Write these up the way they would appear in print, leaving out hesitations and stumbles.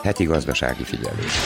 Heti gazdasági figyelés.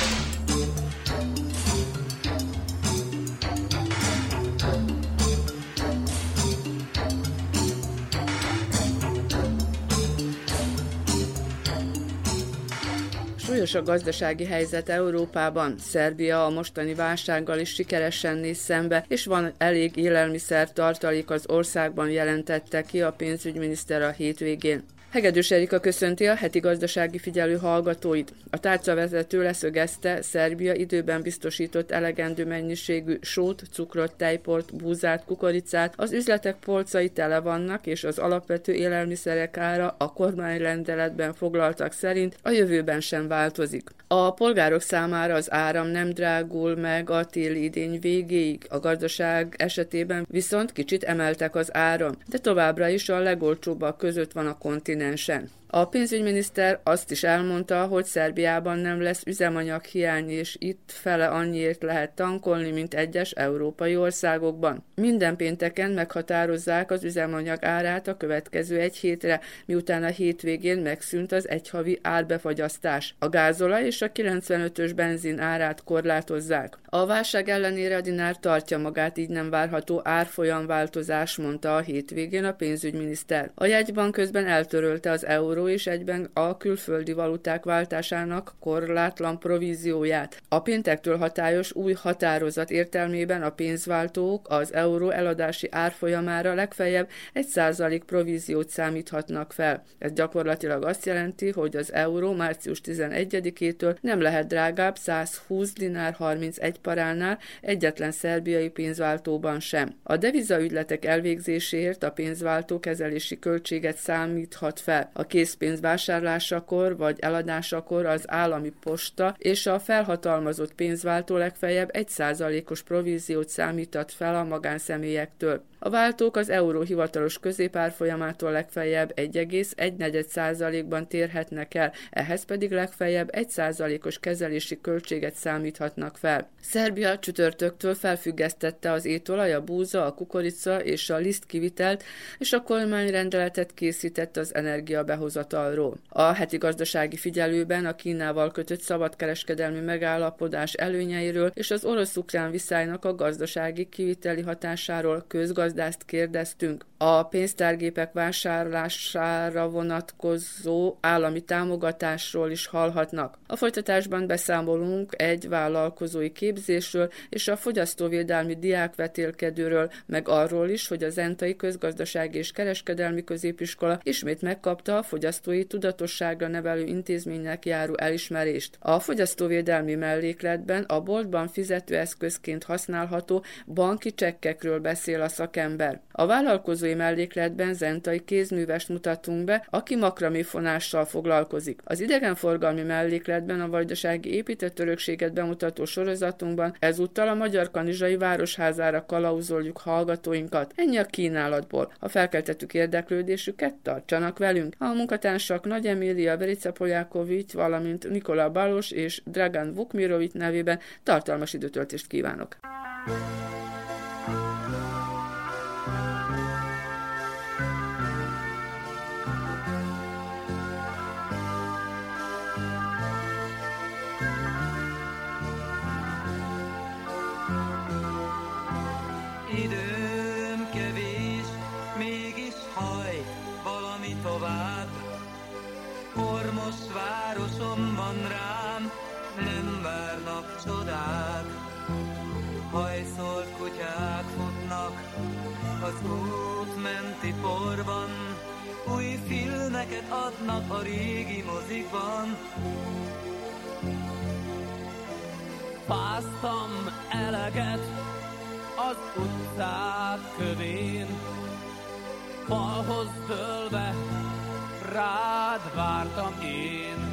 Súlyos a gazdasági helyzet Európában. Szerbia a mostani válsággal is sikeresen néz szembe, és van elég élelmiszer tartalék az országban, jelentette ki a pénzügyminiszter a hétvégén. Hegedűs Erika köszönti a heti gazdasági figyelő hallgatóit. A tárcavezető leszögezte, Szerbia időben biztosított elegendő mennyiségű sót, cukrot, tejport, búzát, kukoricát, az üzletek polcai tele vannak, és az alapvető élelmiszerek ára a kormányrendeletben foglaltak szerint a jövőben sem változik. A polgárok számára az áram nem drágul meg a téli idény végéig, a gazdaság esetében viszont kicsit emeltek az áron, de továbbra is a legolcsóbbak között van a kontinensen. A pénzügyminiszter azt is elmondta, hogy Szerbiában nem lesz üzemanyaghiány, és itt fele annyiért lehet tankolni, mint egyes európai országokban. Minden pénteken meghatározzák az üzemanyag árát a következő egy hétre, miután a hétvégén megszűnt az egyhavi árbefagyasztás. A gázolaj és a 95-ös benzin árát korlátozzák. A válság ellenére a dinár tartja magát, így nem várható árfolyamváltozás, mondta a hétvégén a pénzügyminiszter. A jegybank közben eltörölte az euró és egyben a külföldi valuták váltásának korlátlan provízióját. A péntektől hatályos új határozat értelmében a pénzváltók az euró eladási árfolyamára legfeljebb 1% províziót számíthatnak fel. Ez gyakorlatilag azt jelenti, hogy az euró március 11-től nem lehet drágább 120 dinár 31 paránál egyetlen szerbiai pénzváltóban sem. A devizaügyletek elvégzéséért a pénzváltó kezelési költséget számíthat fel. A készpénz vásárlásakor vagy eladásakor az állami posta és a felhatalmazott pénzváltó legfeljebb 1%-os províziót számítat fel a magánszemélyektől. A váltók az euró hivatalos középárfolyamától legfeljebb 1,1%-ban térhetnek el, ehhez pedig legfeljebb 1%-os kezelési költséget számíthatnak fel. Szerbia csütörtöktől felfüggesztette az étolaj, a búza, a kukorica és a liszt kivitelt, és a kormányrendeletet készített az energiabehozatalról. A heti gazdasági figyelőben a Kínával kötött szabadkereskedelmi megállapodás előnyeiről és az orosz-ukrán viszálynak a gazdasági kiviteli hatásáról közgazdászt kérdeztünk. A pénztárgépek vásárlására vonatkozó állami támogatásról is hallhatnak. A folytatásban beszámolunk egy vállalkozói képzésről és a fogyasztóvédelmi diákvetélkedőről, meg arról is, hogy a Zentai Közgazdasági és Kereskedelmi Középiskola ismét megkapta a fogyasztói tudatosságra nevelő intézménynek járó elismerést. A fogyasztóvédelmi mellékletben a boltban fizetőeszközként használható banki csekkekről beszél a szakember. A vállalkozói mellékletben zentai kézművest mutatunk be, aki makraméfonással foglalkozik. Az idegenforgalmi mellékletben a vajdasági épített örökséget bemutató sorozatunkban ezúttal a Magyar Kanizsai Városházára kalauzoljuk hallgatóinkat. Ennyi a kínálatból. Ha felkeltettük érdeklődésüket, tartsanak velünk. A munkatársak Nagy Emília, Verica Poljákovics, valamint Nikola Balos és Dragan Vukmirovic nevében tartalmas időtöltést kívánok. Időm kevés, mégis hajt valami tovább. Ormos városomban rám nem várnak csodák. Hajszolt kutyák futnak az út menti porban. Új filmeket adnak a régi mozikban. Fáztam eleget az utcák kövén, falhoz dőlve rád vártam én.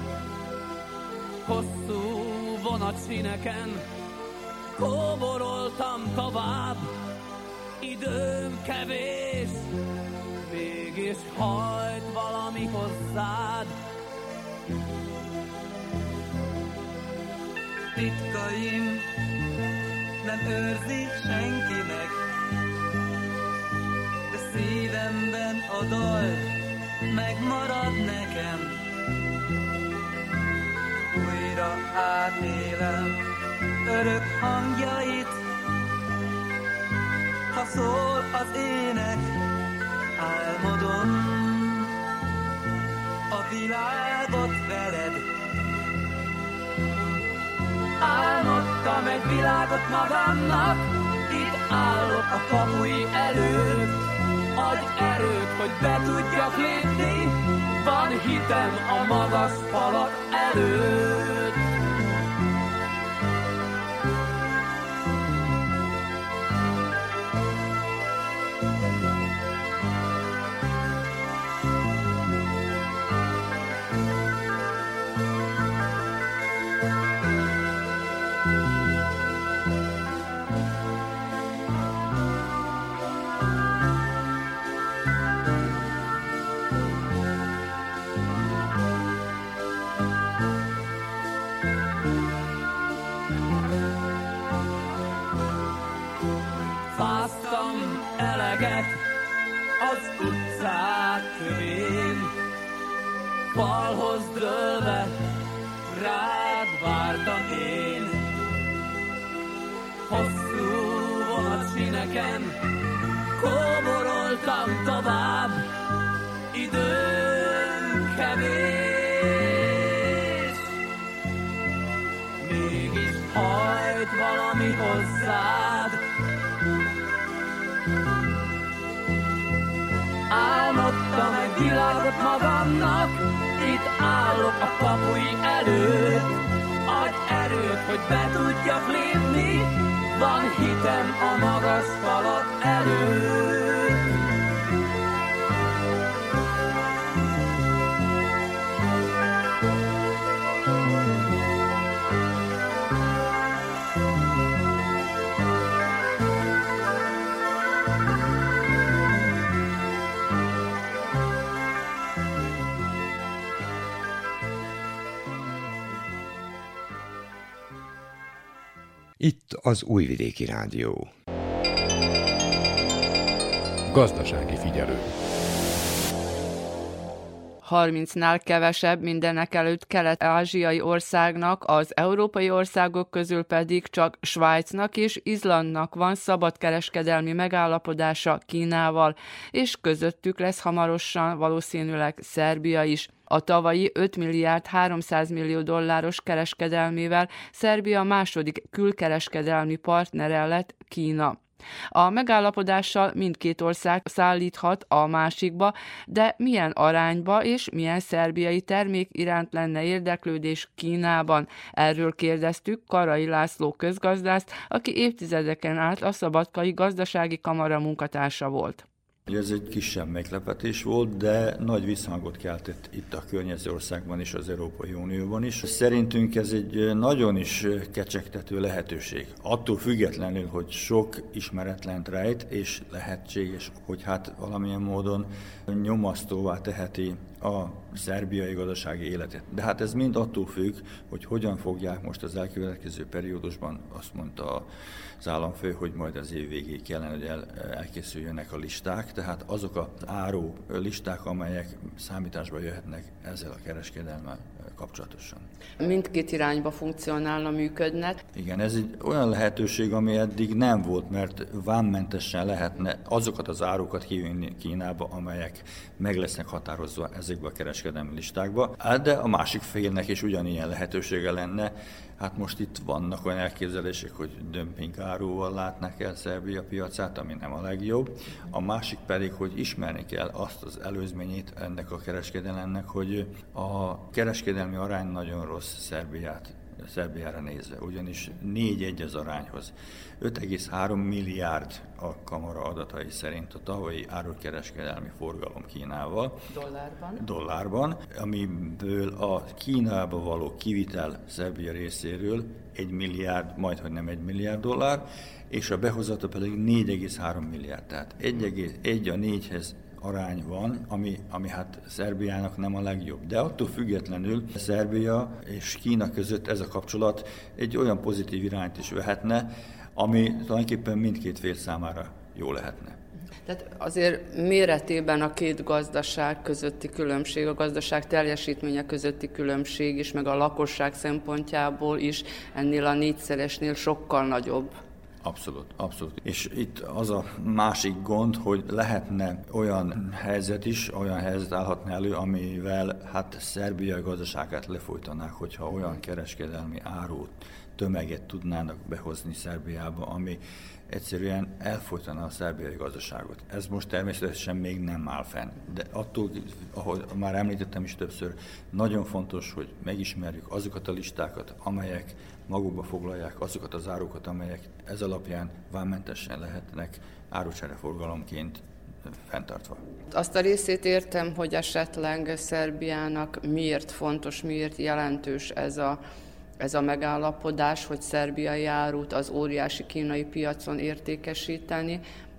Hosszú vonatszíneken kóboroltam tovább, időm kevés, mégis hajt valami hozzád. Titkaim nem őrzi senki meg, de szívemben a dal megmarad nekem. átélem örök hangjait, ha szól az ének, álmodom a világot veled. Álmodtam egy világot magamnak, itt állok a kapui előtt. Adj erőt, hogy be tudjak lépni, van hitem a magas falak előtt. Fáztam eleget az utcák kövén, falhoz dőlve rád vártam én. Hosszú vonatsíneken kóboroltam tovább, időm kevés. Mégis hajt valami hozzád, álmodtam egy világot magamnak, itt állok a kapui előtt. Adj erőt, hogy be tudjak lépni, van hitem a magas falak előtt. Itt az Újvidéki Rádió. Gazdasági figyelő. 30-nál kevesebb mindenekelőtt kelet-ázsiai országnak, az európai országok közül pedig csak Svájcnak és Izlandnak van szabadkereskedelmi megállapodása Kínával, és közöttük lesz hamarosan valószínűleg Szerbia is. A tavalyi 5 milliárd 300 millió dolláros kereskedelmével Szerbia második külkereskedelmi partnere lett Kína. A megállapodással mindkét ország szállíthat a másikba, de milyen arányba és milyen szerbiai termék iránt lenne érdeklődés Kínában? Erről kérdeztük Karai László közgazdászt, aki évtizedeken át a Szabadkai Gazdasági Kamara munkatársa volt. Ez egy kisebb meglepetés volt, de nagy visszhangot keltett itt a környező országban és az Európai Unióban is. Szerintünk ez egy nagyon is kecsegtető lehetőség. Attól függetlenül, hogy sok ismeretlent rejt, és lehetséges, hogy hát valamilyen módon nyomasztóvá teheti a szerbiai gazdasági életet. De hát ez mind attól függ, hogy hogyan fogják most az elkövetkező periódusban, azt mondta az államfő, hogy majd az év végéig kellene, hogy elkészüljenek a listák, tehát azok az áró listák, amelyek számításba jöhetnek ezzel a kereskedelmmel kapcsolatosan. Mindkét irányba funkcionálna, működnek. Igen, ez egy olyan lehetőség, ami eddig nem volt, mert vámmentesen lehetne azokat az árukat kivinni Kínába, amelyek meg lesznek határozva ezekbe a kereskedelmi listákba. De a másik félnek is ugyanilyen lehetősége lenne. Hát most itt vannak olyan elképzelések, hogy dömping áruval látnak el Szerbia piacát, ami nem a legjobb. A másik pedig, hogy ismerni kell azt az előzményét ennek a kereskedelemnek, hogy a kereskedelmi arány nagyon rossz Szerbiára nézve, ugyanis 4-1 az arányhoz. 5,3 milliárd a kamara adatai szerint a tavalyi árukereskedelmi forgalom Kínával. Dollárban, amiből a Kínába való kivitel Szerbia részéről 1 milliárd, majdhogy nem 1 milliárd dollár, és a behozata pedig 4,3 milliárd, tehát 1,1 a 4-hez arány van, ami hát Szerbiának nem a legjobb. De attól függetlenül Szerbia és Kína között ez a kapcsolat egy olyan pozitív irányt is vehetne, ami tulajdonképpen mindkét fél számára jó lehetne. Tehát azért méretében a két gazdaság közötti különbség, a gazdaság teljesítménye közötti különbség is, meg a lakosság szempontjából is ennél a 4-szeresnél sokkal nagyobb. Abszolút, abszolút. És itt az a másik gond, hogy lehetne olyan helyzet is, olyan helyzet állhatna elő, amivel hát szerbiai gazdaságát lefolytanák, hogyha olyan kereskedelmi árut, tömeget tudnának behozni Szerbiába, ami egyszerűen elfolytaná a szerbiai gazdaságot. Ez most természetesen még nem áll fenn, de attól, ahogy már említettem is többször, nagyon fontos, hogy megismerjük azokat a listákat, amelyek magukba foglalják azokat az árukat, amelyek ez alapján vámmentesen lehetnek árucsereforgalomként fenntartva. Azt a részét értem, hogy esetleg Szerbiának miért fontos, miért jelentős ez a megállapodás, hogy szerbiai árut az óriási kínai piacon értékesíteni,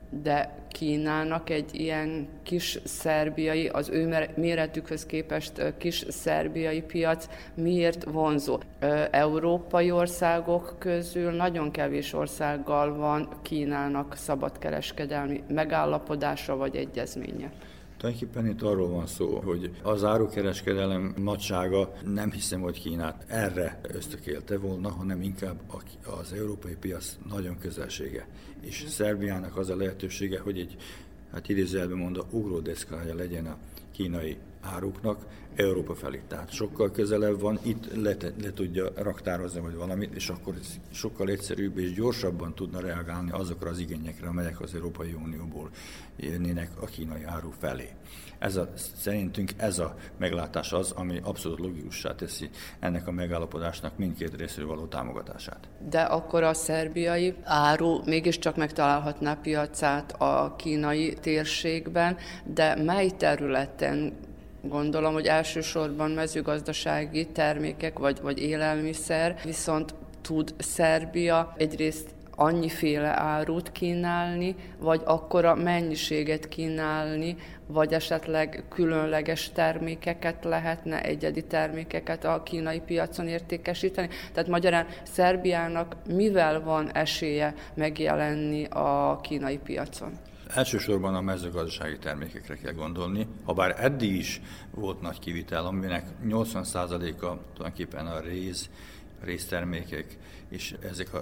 de Kínának egy ilyen kis szerbiai, az ő méretükhöz képest kis szerbiai piac miért vonzó? Európai országok közül nagyon kevés országgal van Kínának szabadkereskedelmi megállapodása vagy egyezménye. Tulajdonképpen itt arról van szó, hogy az árukereskedelem nagysága nem hiszem, hogy Kínát erre ösztökélte volna, hanem inkább az európai piac nagyon közelsége. És Szerbiának az a lehetősége, hogy egy, hát idézőjelben mondva, ugródeszkája legyen a kínai áruknak Európa felé. Tehát sokkal közelebb van, itt le tudja raktározni vagy valamit, és akkor sokkal egyszerűbb és gyorsabban tudna reagálni azokra az igényekre, amelyek az Európai Unióból jönnének a kínai áru felé. Szerintünk ez a meglátás az, ami abszolút logikussá teszi ennek a megállapodásnak mindkét részről való támogatását. De akkor a szerbiai áru mégiscsak megtalálhatná piacát a kínai térségben, de mely területen? Gondolom, hogy elsősorban mezőgazdasági termékek vagy élelmiszer, viszont tud Szerbia egyrészt annyiféle árut kínálni, vagy akkora mennyiséget kínálni, vagy esetleg különleges termékeket lehetne, egyedi termékeket a kínai piacon értékesíteni. Tehát magyarán Szerbiának mivel van esélye megjelenni a kínai piacon? Elsősorban a mezőgazdasági termékekre kell gondolni, habár eddig is volt nagy kivitel, aminek 80%-a tulajdonképpen a réztermékek, és ezek a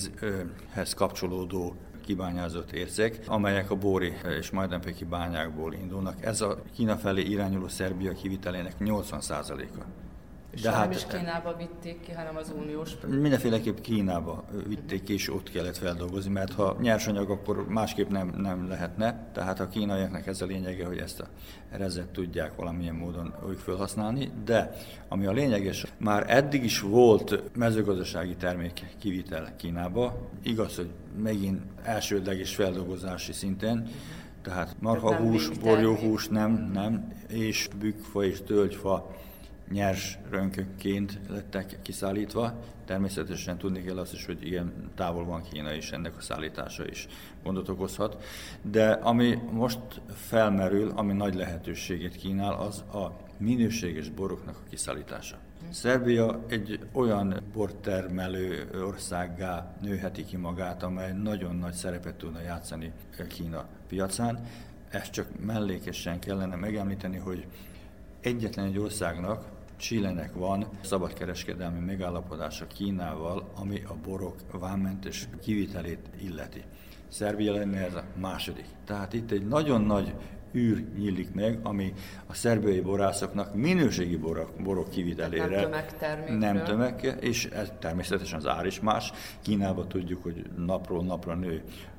rézhez kapcsolódó kibányázott ércek, amelyek a bóri és majdempéki bányákból indulnak. Ez a Kína felé irányuló Szerbia kivitelének 80%-a. De nem is Kínába vitték ki, hanem az uniós. Mindenféleképp Kínába vitték ki, és ott kellett feldolgozni, mert ha nyersanyag, akkor másképp nem lehetne. Tehát a kínaiaknak ez a lényege, hogy ezt a rezet tudják valamilyen módon ők felhasználni, de ami a lényeges, már eddig is volt mezőgazdasági termék kivitel Kínába. Igaz, hogy megint elsődleges feldolgozási szinten, tehát marhahús, borjóhús nem, és bükkfa és tölgyfa nyers rönkönként lettek kiszállítva. Természetesen tudni kell azt is, hogy igen, távol van Kína, és ennek a szállítása is gondot okozhat. De ami most felmerül, ami nagy lehetőséget kínál, az a minőséges boroknak a kiszállítása. Szerbia egy olyan bortermelő országgá nőheti ki magát, amely nagyon nagy szerepet tudna játszani Kína piacán. Ezt csak mellékesen kellene megemlíteni, hogy egyetlen egy országnak, Chilenek van szabadkereskedelmi megállapodása Kínával, ami a borok vámmentes kivitelét illeti. Szerbia lenne ez a második. Tehát itt egy nagyon nagy űr nyílik meg, ami a szerbiai borászoknak minőségi borok kivitelére nem tömeg, és ez természetesen az ár is más. Kínában tudjuk, hogy napról napra nő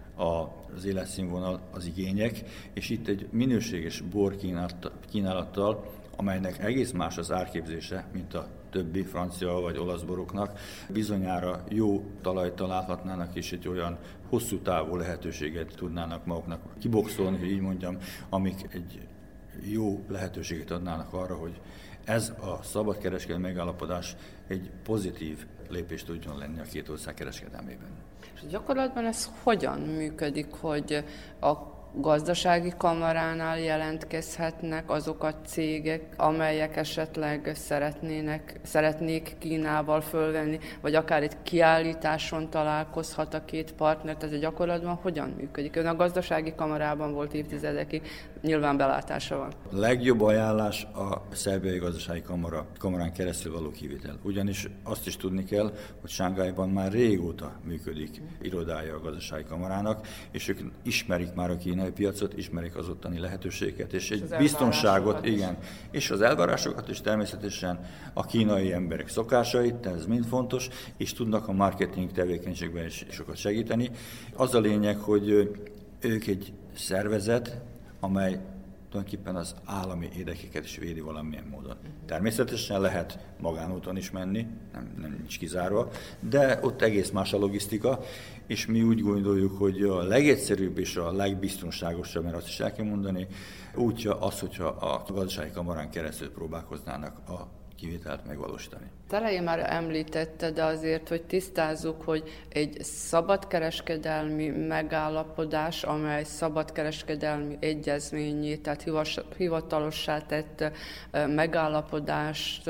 az életszínvonal, az igények, és itt egy minőséges bor kínálattal, amelynek egész más az árképzése, mint a többi francia vagy olasz boroknak, bizonyára jó talajt találhatnának, és egy olyan hosszú távú lehetőséget tudnának maguknak kiboxolni, hogy így mondjam, amik egy jó lehetőséget adnának arra, hogy ez a szabadkereskedelmi megállapodás egy pozitív lépés tudjon lenni a két ország kereskedelmében. És gyakorlatban ez hogyan működik, hogy a gazdasági kamaránál jelentkezhetnek azok a cégek, amelyek esetleg szeretnék Kínával fölvenni, vagy akár egy kiállításon találkozhat a két partner, ez a gyakorlatban hogyan működik? Ön a gazdasági kamarában volt évtizedekig, nyilván belátása van. A legjobb ajánlás a szerbiai gazdasági kamarán keresztül való kivitel. Ugyanis azt is tudni kell, hogy Shanghaiban már régóta működik irodája a gazdasági kamarának, és ők ismerik már a kínai piacot, ismerik az ottani lehetőségeket, és egy biztonságot, igen, és az elvárásokat is természetesen a kínai emberek szokásait, ez mind fontos, és tudnak a marketing tevékenységben is sokat segíteni. Az a lényeg, hogy ők egy szervezet, amely tulajdonképpen az állami érdekeket is védi valamilyen módon. Természetesen lehet magánúton is menni, nem nincs kizárva, de ott egész más a logisztika, és mi úgy gondoljuk, hogy a legegyszerűbb és a legbiztonságosabb, mert azt is el kell mondani, útja az, hogyha a gazdasági kamarán keresztül próbálkoznának a kivitelt megvalósítani. Elején már említette, de azért, hogy tisztázzuk, hogy egy szabadkereskedelmi megállapodás, amely szabadkereskedelmi egyezményé, tehát hivatalossá tett megállapodást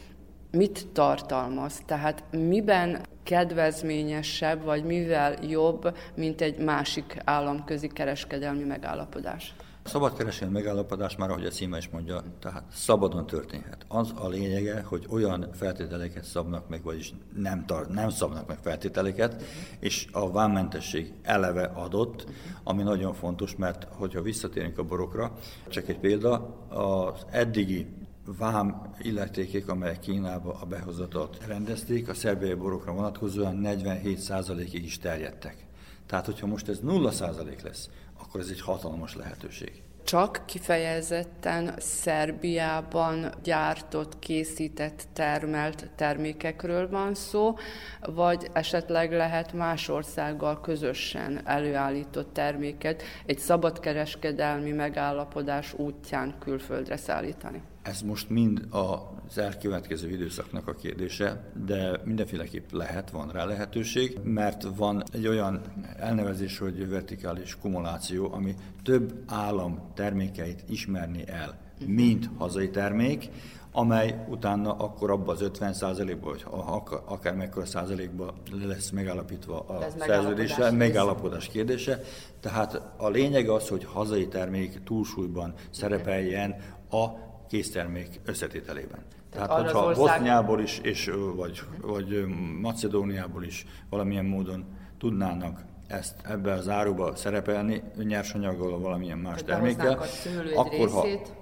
mit tartalmaz? Tehát miben kedvezményesebb, vagy mivel jobb, mint egy másik államközi kereskedelmi megállapodás? A szabadkereskedelmi megállapodás már, ahogy a címe is mondja, tehát szabadon történhet. Az a lényege, hogy olyan feltételeket szabnak meg, vagyis nem szabnak meg feltételeket, és a vámmentesség eleve adott, ami nagyon fontos, mert hogyha visszatérünk a borokra, csak egy példa, az eddigi vám illetékek, amelyek Kínába a behozatalt rendezték, a szerbiai borokra vonatkozóan 47%-ig is terjedtek. Tehát, hogyha most ez 0% lesz, akkor ez egy hatalmas lehetőség. Csak kifejezetten Szerbiában gyártott, készített, termelt termékekről van szó, vagy esetleg lehet más országgal közösen előállított terméket egy szabadkereskedelmi megállapodás útján külföldre szállítani? Ez most mind az elkövetkező időszaknak a kérdése, de mindenféleképp van rá lehetőség, mert van egy olyan elnevezés, hogy vertikális kumuláció, ami több állam termékeit ismerni el, mint hazai termék, amely utána akkor abban az 50%-ban, vagy akár mekkora százalékban lesz megállapítva a szerződéssel, megállapodás kérdése. Tehát a lényeg az, hogy hazai termék túlsúlyban szerepeljen a késztermék összetételében. Tehát, hogyha Boszniából is, vagy Macedóniából is valamilyen módon tudnának ebbe az áruba szerepelni, nyersanyaggal, valamilyen más termékkel, akkor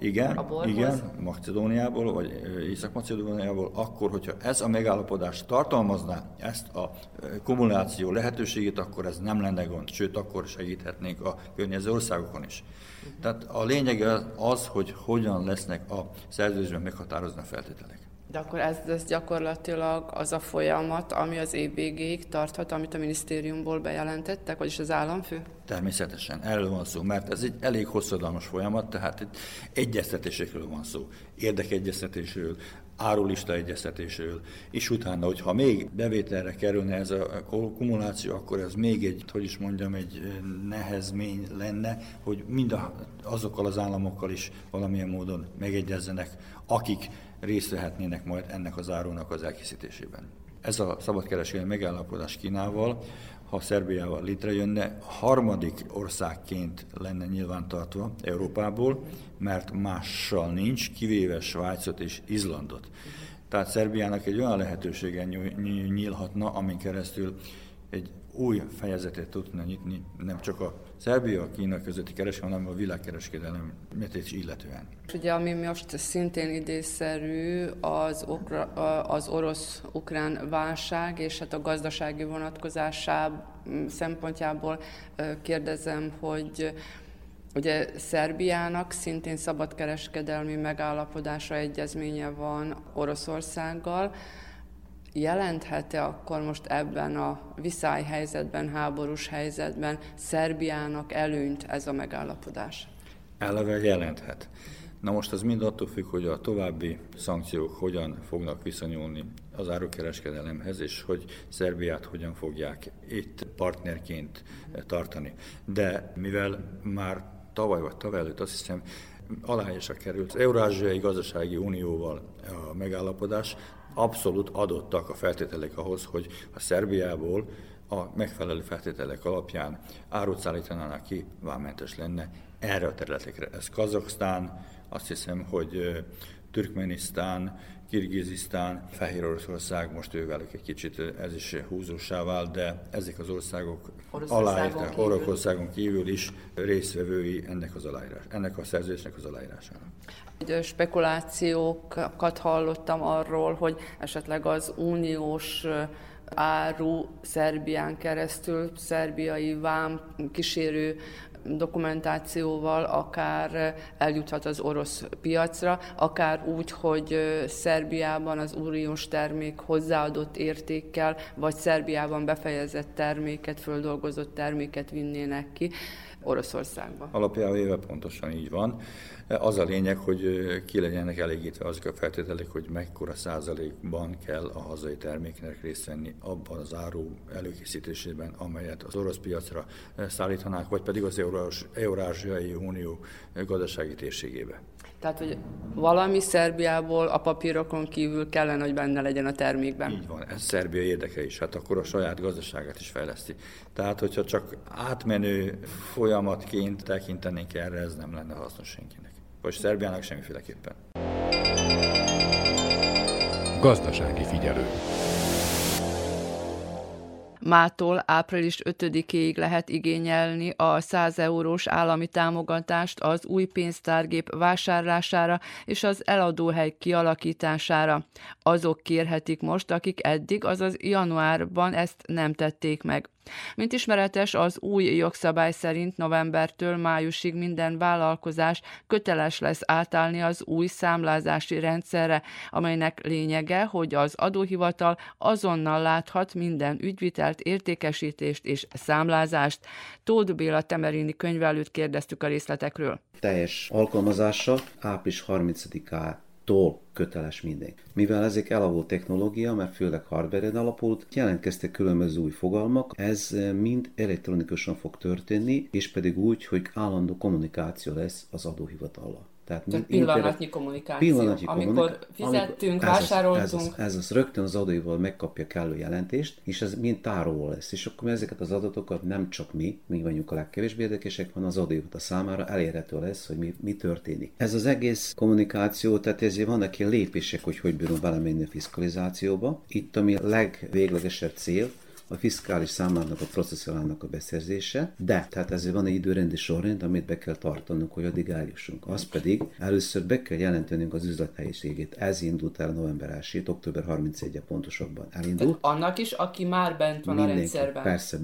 igen, Macedóniából, vagy Észak-Macedóniából, akkor, hogyha ez a megállapodás tartalmazná ezt a kumuláció lehetőségét, akkor ez nem lenne gond, sőt, akkor segíthetnénk a környező országokon is. Tehát a lényeg az, hogy hogyan lesznek a szerződésben meghatározni a feltételek. De akkor ez gyakorlatilag az a folyamat, ami az év végéig tarthat, amit a minisztériumból bejelentettek, vagyis az államfő? Természetesen, erről van szó, mert ez egy elég hosszadalmas folyamat, tehát itt egyeztetésekről van szó, érdekegyeztetésről, árulista egyeztetésről, és utána, hogyha még bevételre kerülne ez a kumuláció, akkor ez még egy nehezmény lenne, hogy azokkal az államokkal is valamilyen módon megegyezzenek, akik részt vehetnének majd ennek az árónak az elkészítésében. Ez a szabadkereskedelmi megállapodás Kínával, ha Szerbiával létrejönne, harmadik országként lenne nyilvántartva Európából, mert mással nincs, kivéve Svájcot és Izlandot. Tehát Szerbiának egy olyan lehetősége nyílhatna, amin keresztül egy új fejezetet tudna nyitni, nem csak a Szerbia, a Kína közötti kereskedelem, hanem a világkereskedelmet is illetően. Ugye, ami most szintén idézszerű, az orosz-ukrán válság, és hát a gazdasági szempontjából kérdezem, hogy ugye Szerbiának szintén szabadkereskedelmi megállapodásra egyezménye van Oroszországgal. Jelenthet-e akkor most ebben a viszályhelyzetben, háborús helyzetben Szerbiának előnyt ez a megállapodás? Eleve jelenthet. Na most ez mind attól függ, hogy a további szankciók hogyan fognak viszonyulni az árukereskedelemhez, és hogy Szerbiát hogyan fogják itt partnerként tartani. De mivel már tavaly vagy tavaly előtt azt hiszem aláírásra került az Eurázsiai Gazdasági Unióval a megállapodás, abszolút adottak a feltételek ahhoz, hogy a Szerbiából a megfelelő feltételek alapján árut szállítanának ki, vámmentes lenne erre a területekre. Ez Kazaksztán, azt hiszem, hogy Türkmenisztán, Kirgizisztán, Fehéroroszország, most ővelük egy kicsit ez is húzósá vált, de ezek az országok aláírták, Oroszországon kívül is résztvevői ennek a szerződésnek az aláírásának. Spekulációkat hallottam arról, hogy esetleg az uniós áru Szerbián keresztül, szerbiai vám kísérő dokumentációval akár eljuthat az orosz piacra, akár úgy, hogy Szerbiában az uniós termék hozzáadott értékkel, vagy Szerbiában befejezett terméket, földolgozott terméket vinnének ki Oroszországba. Alapjában véve pontosan így van. Az a lényeg, hogy ki legyenek elégítve azok a feltételek, hogy mekkora százalékban kell a hazai terméknek részt venni abban az áru előkészítésében, amelyet az orosz piacra szállítanák, vagy pedig az Eurázsiai Unió gazdasági térségébe. Tehát, hogy valami Szerbiából a papírokon kívül kellene, hogy benne legyen a termékben. Így van, ez Szerbia érdeke is, hát akkor a saját gazdaságát is fejleszti. Tehát, hogyha csak átmenő folyamatként tekintenénk erre, ez nem lenne hasznos senkinek. Vagy Szerbiának semmiféleképpen. Gazdasági figyelő. Mától április 5-ig lehet igényelni a 100 eurós állami támogatást az új pénztárgép vásárlására és az eladóhely kialakítására. Azok kérhetik most, akik eddig, azaz januárban ezt nem tették meg. Mint ismeretes, az új jogszabály szerint novembertől májusig minden vállalkozás köteles lesz átállni az új számlázási rendszerre, amelynek lényege, hogy az adóhivatal azonnal láthat minden ügyvitelt, értékesítést és számlázást. Tóth Béla temerini könyvelőt kérdeztük a részletekről. Teljes alkalmazása április 30-ától köteles minden. Mivel ezek elavult technológia, mert főleg hardware-en alapult, jelentkeztek különböző új fogalmak, ez mind elektronikusan fog történni, és pedig úgy, hogy állandó kommunikáció lesz az adóhivatallal. Tehát pillanatnyi kommunikáció. Amikor fizettünk, vásároltunk. Ez az rögtön az adóhivatal megkapja kellő jelentést, és ez mind tároló lesz. És akkor ezeket az adatokat nem csak mi vagyunk a legkevésbé érdekesek, hanem az adóhivatal számára elérhető lesz, hogy mi történik. Ez az egész kommunikáció, tehát ezért vannak ilyen lépések, hogy bírunk belemenni a fiskalizációba. Itt ami legvéglegesebb cél, a fiskális számlának, a processzionának a beszerzése, de tehát ezért van egy időrendi sorrend, amit be kell tartanunk, hogy addig eljussunk. Az pedig először be kell jelentenünk az üzlethelyiségét. Ez indult el november 1-ét, október 31-e pontosabban elindult. Tehát annak is, aki már bent van mindenki, a rendszerben. Persze,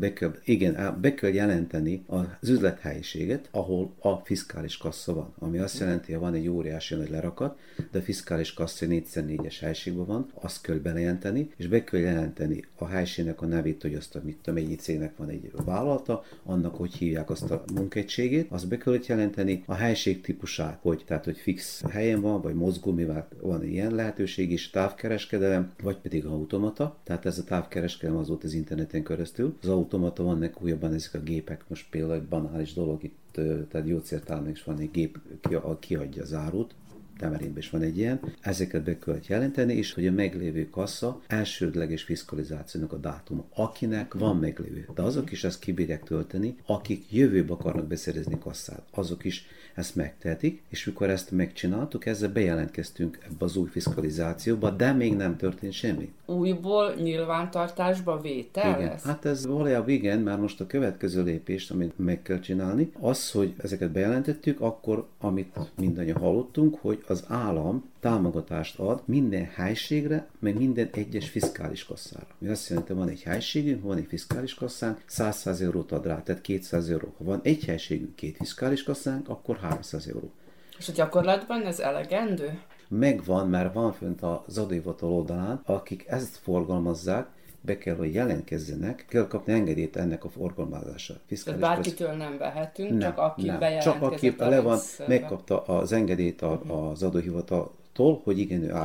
be kell jelenteni az üzlethelyiséget, ahol a fiskális kassa van. Ami azt jelenti, hogy van egy óriási nagy lerakat, de a fiskális kassa 4x4-es helységben van, azt kell bejelenteni, és be kell jelenteni a helységnek a nevét, hogy azt, egy cégnek van egy vállalata, annak, hogy hívják azt a munkaegységét, azt be kellett jelenteni, a helység típusát, hogy fix helyen van, vagy mozgó, mivel van ilyen lehetőség is, távkereskedelem, vagy pedig automata, tehát ez a távkereskedelem az volt az interneten keresztül. Az automata vannak újabban ezek a gépek, most például egy banális dolog itt, tehát gyógyszertárnak is van egy gép, kiadja az árut, Temerinben is van egy ilyen, ezeket be kellett jelenteni, és hogy a meglévő kassa elsődleges fiskalizációnak a dátuma, akinek van meglévő. De azok is ezt kibírják tölteni, akik jövőbe akarnak beszerezni kasszát, azok is ezt megtehetik, és mikor ezt megcsináltuk, ezzel bejelentkeztünk ebbe az új fiskalizációba, de még nem történt semmi. Újból nyilvántartásba vétel igen. lesz? Hát ez valójában igen, már most a következő lépést, amit meg kell csinálni, az, hogy ezeket bejelentettük, akkor, amit mindannyian hallottunk, hogy az állam támogatást ad minden helységre, meg minden egyes fiskális kasszára. Mi azt jelenti, van egy helységünk, van egy fiskális kasszánk, 100 eurót ad rá, tehát 200 euró. Ha van egy helységünk, 2 fiskális kasszánk, akkor 300 euró. És a gyakorlatban ez elegendő? Megvan, mert van fönt az adóhivatal oldalán, akik ezt forgalmazzák, be kell, hogy jelentkezzenek, kell kapni engedélyt ennek a forgalmazásra. Tehát bárkitől nem vehetünk, csak aki bejelentkezett. Csak aki megkapta az engedélyt az adóhivatal, hogy igen, ő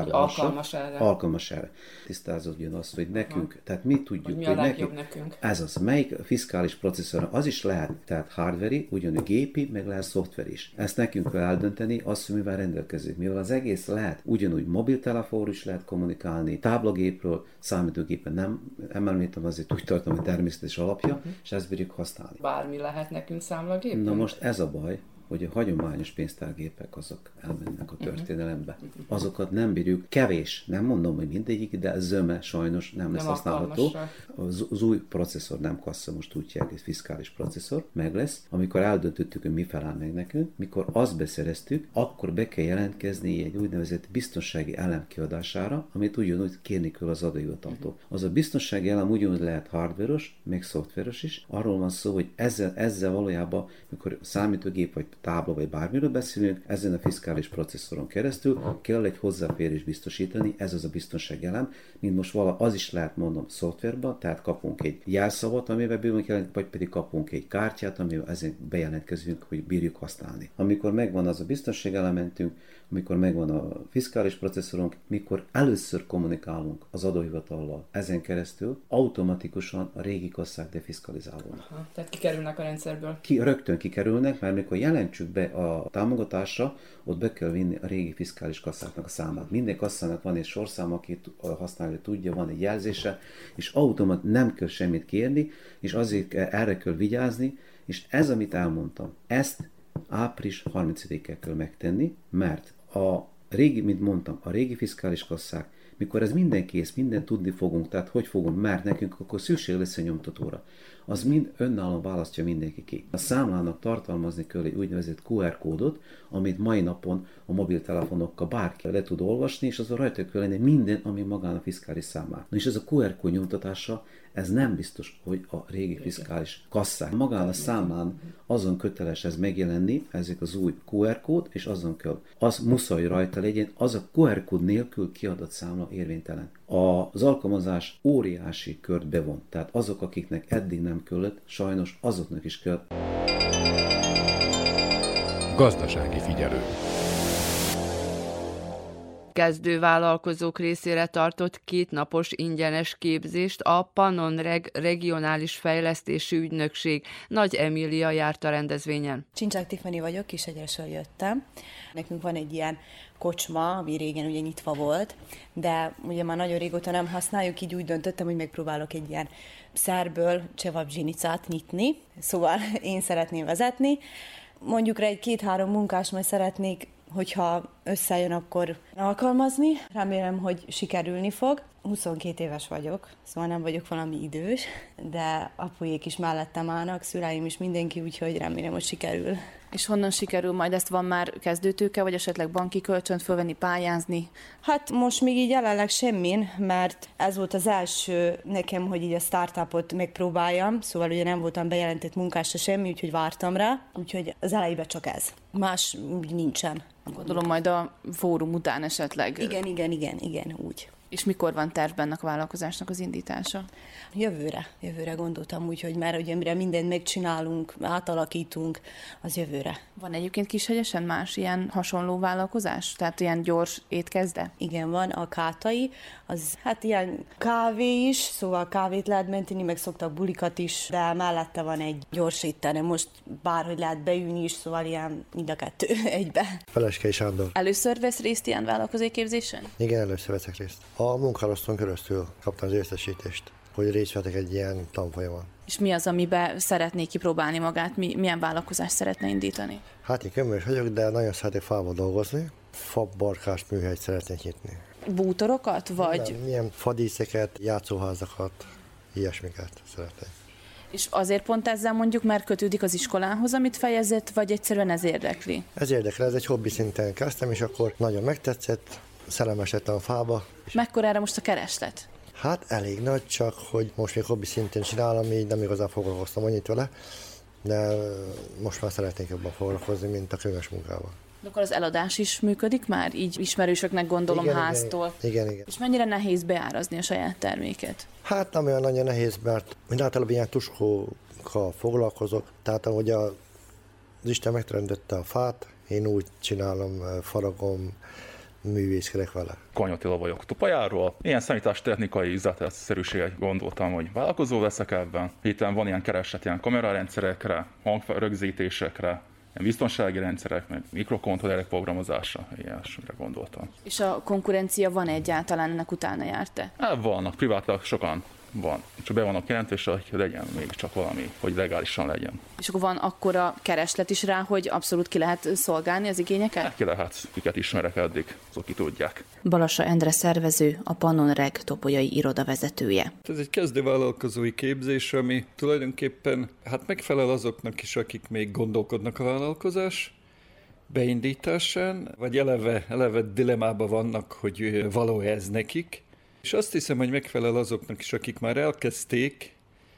alkalmas erre. Tisztázódjon azt, hogy nekünk, tehát mi tudjuk, hogy nekünk. Ez az, melyik fiskális processzor, az is lehet, tehát hardveri, ugyanúgy gépi, meg lehet szoftver is. Ezt nekünk kell eldönteni, azt, hogy mivel rendelkezünk. Mivel az egész lehet, ugyanúgy mobiltelefonról is lehet kommunikálni, táblagépről, számítógépen nem említem, azért úgy tartom, hogy természetes alapja, és ezt bírjuk használni. Bármi lehet nekünk számlagépen? Na most ez a baj, hogy a hagyományos pénztárgépek azok elmennek a történelembe. Azokat nem bírjuk, kevés, nem mondom, hogy mindegyik, de zöme sajnos nem lesz használható. Az új processzor nem kassa, most úgy hívják, ez fiskális processzor, meg lesz. Amikor eldöntöttük, hogy mi felel meg nekünk, mikor azt beszereztük, akkor be kell jelentkezni egy úgynevezett biztonsági elem kiadására, amit ugyanúgy kérni kell az adóhivataltól. Az a biztonsági elem ugyanúgy lehet hardveros, meg szoftveros is. Arról van szó, hogy ezzel valójában, mikor számítógép vagy tábla vagy bármiről beszélünk, ezen a fiskális processzoron keresztül kell egy hozzáférés biztosítani, ez az a biztonsági elem, mint most az is lehet mondom szoftverben, tehát kapunk egy jelszavat, amivel bírunk jelentkezni, vagy pedig kapunk egy kártyát, amivel ezen bejelentkezünk, hogy bírjuk használni. Amikor megvan az a biztonsági elementünk, amikor megvan a fiskális processzorunk, mikor először kommunikálunk az adóhivatallal ezen keresztül, automatikusan a régi kasszák defiskalizálódnak. Tehát kikerülnek a rendszerből? Rögtön kikerülnek, mert mikor jelentsük be a támogatásra, ott be kell vinni a régi fiskális kasszáknak a számát. Minden kasszának van egy sorszám, aki használja tudja, van egy jelzése, és automat nem kell semmit kérni, és azért erre kell vigyázni, és ez, amit elmondtam, ezt április 30-ig kell megtenni, mert a régi, mint mondtam, a régi fiskális kasszák, mikor ez minden kész, minden tudni fogunk, tehát hogy fogunk, mert nekünk akkor szükség lesz a nyomtatóra. Az mind önállóan választja mindenki ki. A számlának tartalmazni kell egy úgynevezett QR kódot, amit mai napon a mobiltelefonokkal bárki le tud olvasni, és azon rajta kell lenni minden, ami magán a fiskális számlán. Na és ez a QR kód nyomtatása, ez nem biztos, hogy a régi fiskális kasszák. Magán a számlán azon köteles ez megjelenni, ezek az új QR kód, és azon kell. Az muszáj rajta legyen, az a QR kód nélkül kiadott számla érvénytelen. Az alkalmazás óriási kört bevon, tehát azok, akiknek eddig nem kellett, sajnos azoknak is kell. Gazdasági figyelő. Kezdővállalkozók részére tartott 2 napos ingyenes képzést a Pannonreg Regionális Fejlesztési Ügynökség. Nagy Emília járt a rendezvényen. Csincsák Tiffany vagyok, Kisegyesről jöttem. Nekünk van egy ilyen kocsma, ami régen ugye nyitva volt, de ugye már nagyon régóta nem használjuk, így úgy döntöttem, hogy megpróbálok egy ilyen szerből csevapzsinicát nyitni, szóval én szeretném vezetni. Mondjuk rá egy 2-3 munkás majd szeretnék, hogyha összejön, akkor alkalmazni. Remélem, hogy sikerülni fog. 22 éves vagyok, szóval nem vagyok valami idős, de apuék is mellettem állnak, szüleim is, mindenki, úgyhogy remélem, hogy sikerül. És honnan sikerül majd? Ezt van már kezdőtőke, vagy esetleg banki kölcsönt fölvenni, pályázni? Hát most még így jelenleg semmin, mert ez volt az első nekem, hogy így a startupot megpróbáljam, szóval ugye nem voltam bejelentett munkásra semmi, úgyhogy vártam rá, úgyhogy az elejében csak ez. Más úgy nincsen. Gondolom majd a fórum után esetleg. Igen, úgy. És mikor van tervben a vállalkozásnak az indítása? Jövőre gondoltam úgy, hogy már ugye mire mindent megcsinálunk, átalakítunk, az jövőre. Van egyébként Kishegyesen más ilyen hasonló vállalkozás? Tehát ilyen gyors étkezde? Igen, van a Kátai, az hát ilyen kávé is, szóval kávét lehet menteni, meg szoktak bulikat is, de mellette van egy gyors étterem, most bárhogy lehet beülni is, szóval ilyen mind a 2 egybe. Feleskei Sándor. Először vesz részt ilyen vállalkozói képzésen? Igen, először veszek részt. A munkaroszton keresztül kaptam az értesítést, hogy részt vettek egy ilyen tanfolyamon. És mi az, amiben szeretné kipróbálni magát? Milyen vállalkozást szeretne indítani? Hát én kömös vagyok, de nagyon szeretnék fával dolgozni. Fabarkás műhelyt szeretnék nyitni. Bútorokat, vagy? Nem, milyen fadíszeket, játszóházakat, ilyesmiket szeretnék. És azért pont ezzel mondjuk, mert kötődik az iskolához, amit fejezett, vagy egyszerűen ez érdekli? Ez érdekel, ez egy hobbi szinten kezdtem, és akkor nagyon megtetszett, szerelmes lettem a fába. Mekkorára most a kereslet? Hát elég nagy, csak hogy most még hobbi szintén csinálom, így nem igazán foglalkoztam annyit vele, de most már szeretnék jobban foglalkozni, mint a könyves munkával. De akkor az eladás is működik már? Így ismerősöknek gondolom igen, háztól. Igen. És mennyire nehéz beárazni a saját terméket? Hát nem olyan nagyon nehéz, mert én általában ilyen tuskókkal foglalkozok. Tehát ahogy az Isten megteremtette a fát, én úgy csinálom, faragom, művészkedek vele. Kony Attila vagyok Topajáról. Ilyen számítástechnikai üzletszerűséget gondoltam, hogy vállalkozó leszek ebben. Itt van ilyen kereslet ilyen kamerarendszerekre, hangrögzítésekre, ilyen biztonsági rendszerek, meg mikrokontrollerek programozása, ilyesmire gondoltam. És a konkurencia van egyáltalán, ennek utána járt-e? Vannak, privátak sokan van. Csak be vannak jelentésre, hogy legyen még csak valami, hogy legálisan legyen. És akkor van akkora kereslet is rá, hogy abszolút ki lehet szolgálni az igényeket? Ki lehet, kiket ismerek eddig, azok ki tudják. Balassa Endre szervező, a Pannon Reg topolyai irodavezetője. Ez egy kezdővállalkozói képzés, ami tulajdonképpen megfelel azoknak is, akik még gondolkodnak a vállalkozás beindításán, vagy eleve dilemmában vannak, hogy való ez nekik. És azt hiszem, hogy megfelel azoknak is, akik már elkezdték,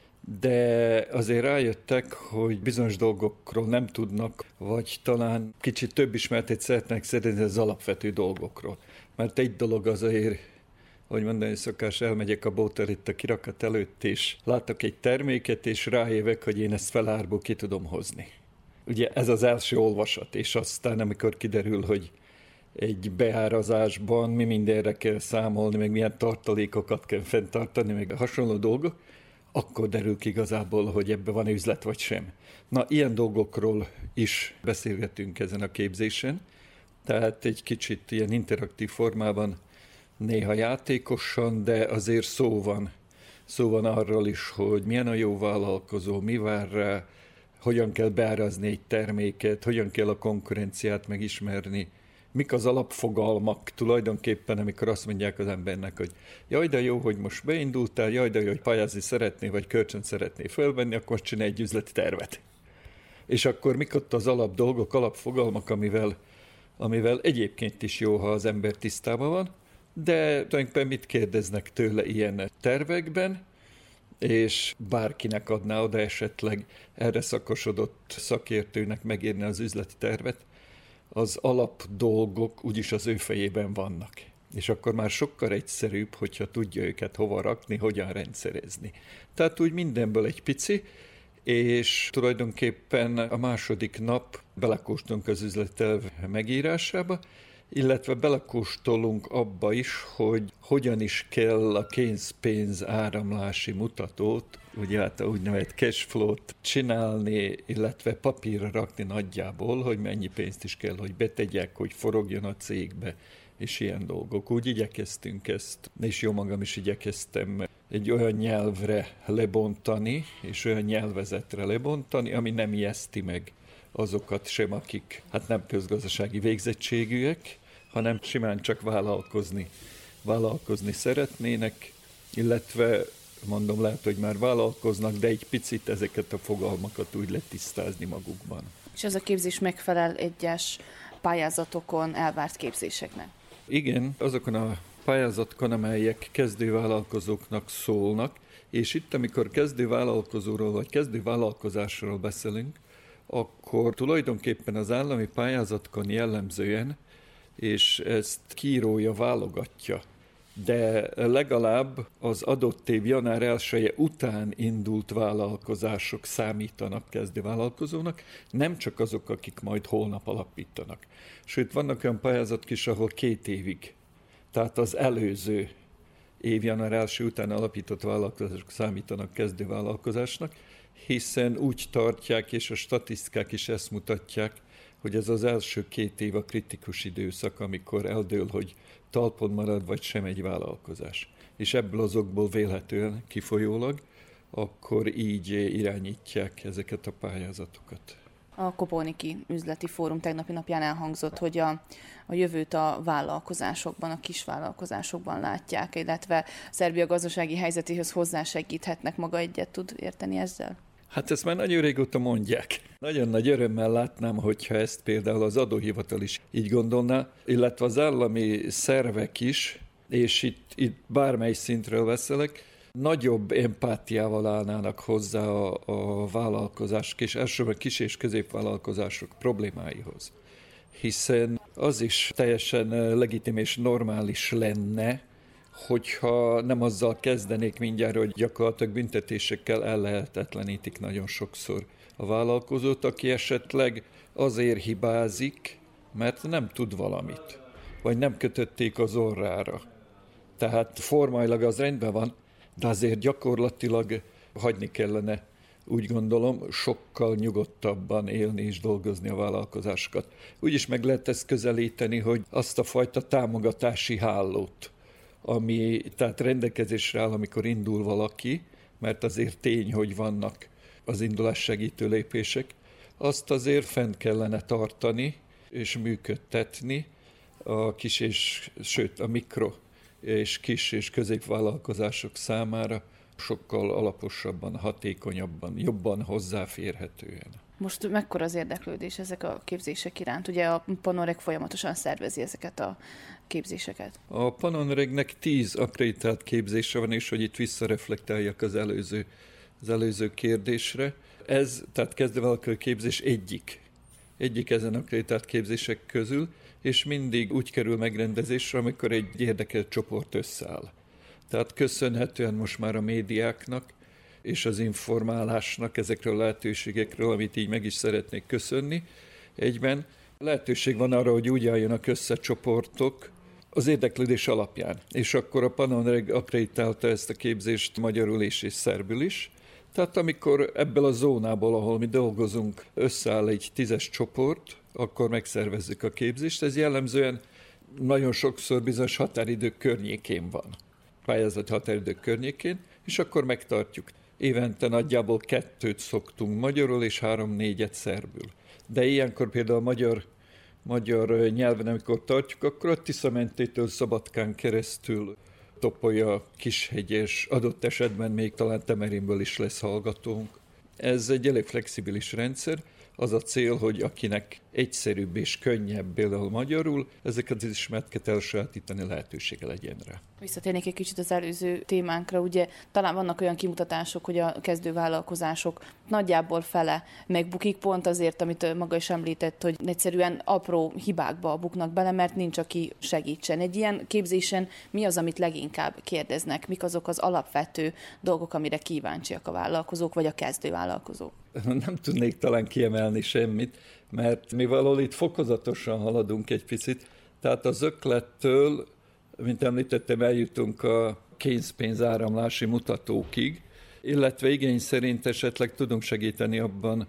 de azért rájöttek, hogy bizonyos dolgokról nem tudnak, vagy talán kicsit több ismertet szeretnek szerezni az alapvető dolgokról. Mert egy dolog azért, hogy mondani szokás, elmegyek a bolttal itt a kirakat előtt, és látok egy terméket, és rájövök, hogy én ezt felárból ki tudom hozni. Ugye ez az első olvasat, és aztán amikor kiderül, hogy egy beárazásban mi mindenre kell számolni, meg milyen tartalékokat kell fenntartani, meg a hasonló dolgok, akkor derül ki igazából, hogy ebben van üzlet vagy sem. Na, ilyen dolgokról is beszélgetünk ezen a képzésen, tehát egy kicsit ilyen interaktív formában, néha játékosan, de azért szó van arról is, hogy milyen a jó vállalkozó, mi vár rá, hogyan kell beárazni egy terméket, hogyan kell a konkurenciát megismerni, mik az alapfogalmak tulajdonképpen, amikor azt mondják az embernek, hogy jaj, de jó, hogy most beindultál, jaj, de jó, hogy pályázni szeretné, vagy kölcsön szeretné fölvenni, akkor csinálj egy üzleti tervet. És akkor mik ott az alapdolgok, alapfogalmak, amivel egyébként is jó, ha az ember tisztában van, de tulajdonképpen mit kérdeznek tőle ilyen tervekben, és bárkinek adná oda esetleg erre szakosodott szakértőnek megírni az üzleti tervet, az alapdolgok úgyis az ő fejében vannak. És akkor már sokkal egyszerűbb, hogyha tudja őket hova rakni, hogyan rendszerezni. Tehát úgy mindenből egy pici, és tulajdonképpen a második nap belekóstolunk az üzleti terv megírásába, illetve belekóstolunk abba is, hogy hogyan is kell a kénzpénz áramlási mutatót, ugye hát a úgynevezett cashflow-t csinálni, illetve papírra rakni nagyjából, hogy mennyi pénzt is kell, hogy betegyek, hogy forogjon a cégbe, és ilyen dolgok. Úgy igyekeztünk ezt, és jó magam is igyekeztem egy olyan nyelvre lebontani, és olyan nyelvezetre lebontani, ami nem ijeszti meg azokat sem, akik nem közgazdasági végzettségűek, hanem simán csak vállalkozni szeretnének, illetve mondom, lehet, hogy már vállalkoznak, de egy picit ezeket a fogalmakat úgy letisztázni magukban. És ez a képzés megfelel egyes pályázatokon elvárt képzéseknek? Igen, azokon a pályázatokon, amelyek kezdővállalkozóknak szólnak, és itt, amikor kezdővállalkozóról vagy kezdővállalkozásról beszélünk, akkor tulajdonképpen az állami pályázatkon jellemzően, és ezt kiírója válogatja, de legalább az adott év január 1-e után indult vállalkozások számítanak kezdővállalkozónak, nem csak azok, akik majd holnap alapítanak. Sőt, vannak olyan pályázatok is, ahol 2 évig, tehát az előző év január 1 után alapított vállalkozások számítanak kezdővállalkozásnak, hiszen úgy tartják, és a statisztikák is ezt mutatják, hogy ez az első 2 év a kritikus időszak, amikor eldől, hogy talpon marad, vagy sem egy vállalkozás. És ebből azokból vélhetően kifolyólag, akkor így irányítják ezeket a pályázatokat. A Kopolniki Üzleti Fórum tegnapi napján elhangzott, hogy a jövőt a vállalkozásokban, a kisvállalkozásokban látják, illetve Szerbia gazdasági helyzetéhez hozzásegíthetnek. Maga egyet tud érteni ezzel? Hát ezt már nagyon régóta mondják. Nagyon nagy örömmel látnám, hogyha ezt például az adóhivatal is így gondolná, illetve az állami szervek is, és itt bármely szintről beszélek, nagyobb empátiával állnának hozzá a vállalkozások, és elsősorban kis- és középvállalkozások problémáihoz. hiszen az is teljesen legitim és normális lenne, hogyha nem azzal kezdenék mindjárt, hogy gyakorlatilag büntetésekkel ellehetetlenítik nagyon sokszor a vállalkozót, aki esetleg azért hibázik, mert nem tud valamit, vagy nem kötötték az orrára. Tehát formailag az rendben van, de azért gyakorlatilag hagyni kellene, úgy gondolom, sokkal nyugodtabban élni és dolgozni a vállalkozásokat. Úgyis meg lehet ezt közelíteni, hogy azt a fajta támogatási hálót, ami tehát rendelkezésre áll, amikor indul valaki, mert azért tény, hogy vannak az indulás segítő lépések, azt azért fent kellene tartani és működtetni a kis és, sőt a mikro és kis és középvállalkozások számára sokkal alaposabban, hatékonyabban, jobban hozzáférhetően. Most mekkora az érdeklődés ezek a képzések iránt? Ugye a Pannonreg folyamatosan szervezi ezeket a képzéseket. A Pannonregnek 10 akkreditált képzése van, és hogy itt visszareflektáljak az előző kérdésre. Ez, tehát kezdővállalkozó képzés egyik ezen akkreditált képzések közül, és mindig úgy kerül megrendezésre, amikor egy érdekelt csoport összeáll. Tehát köszönhetően most már a médiáknak és az informálásnak ezekről a lehetőségekről, amit így meg is szeretnék köszönni egyben. Lehetőség van arra, hogy úgy álljanak össze csoportok az érdeklődés alapján. És akkor a Pannonreg akkreditálta ezt a képzést magyarul és szerbül is. Tehát amikor ebből a zónából, ahol mi dolgozunk, összeáll egy 10-es csoport, akkor megszervezzük a képzést. Ez jellemzően nagyon sokszor bizonyos határidők környékén van. Pályázati határidők környékén, és akkor megtartjuk. Évente nagyjából 2 szoktunk magyarul, és 3-4 szerbül. De ilyenkor például magyar nyelven, amikor tartjuk, akkor a Tisza-mentétől Szabadkán keresztül Topolya, Kishegyes, adott esetben még talán Temerinből is lesz hallgatónk. Ez egy elég flexibilis rendszer. Az a cél, hogy akinek egyszerűbb és könnyebb például magyarul, ezeket az ismereteket elsajátítani lehetősége legyen rá. Visszatérnék egy kicsit az előző témánkra, ugye talán vannak olyan kimutatások, hogy a kezdővállalkozások nagyjából fele megbukik, pont azért, amit maga is említett, hogy egyszerűen apró hibákba buknak bele, mert nincs, aki segítsen. Egy ilyen képzésen mi az, amit leginkább kérdeznek? Mik azok az alapvető dolgok, amire kíváncsiak a vállalkozók, vagy a kezdővállalkozók? Nem tudnék talán kiemelni semmit, mert mi valahol itt fokozatosan haladunk egy picit, tehát az ötlettől, mint említettem, eljutunk a kénzpénzáramlási mutatókig, illetve igény szerint esetleg tudunk segíteni abban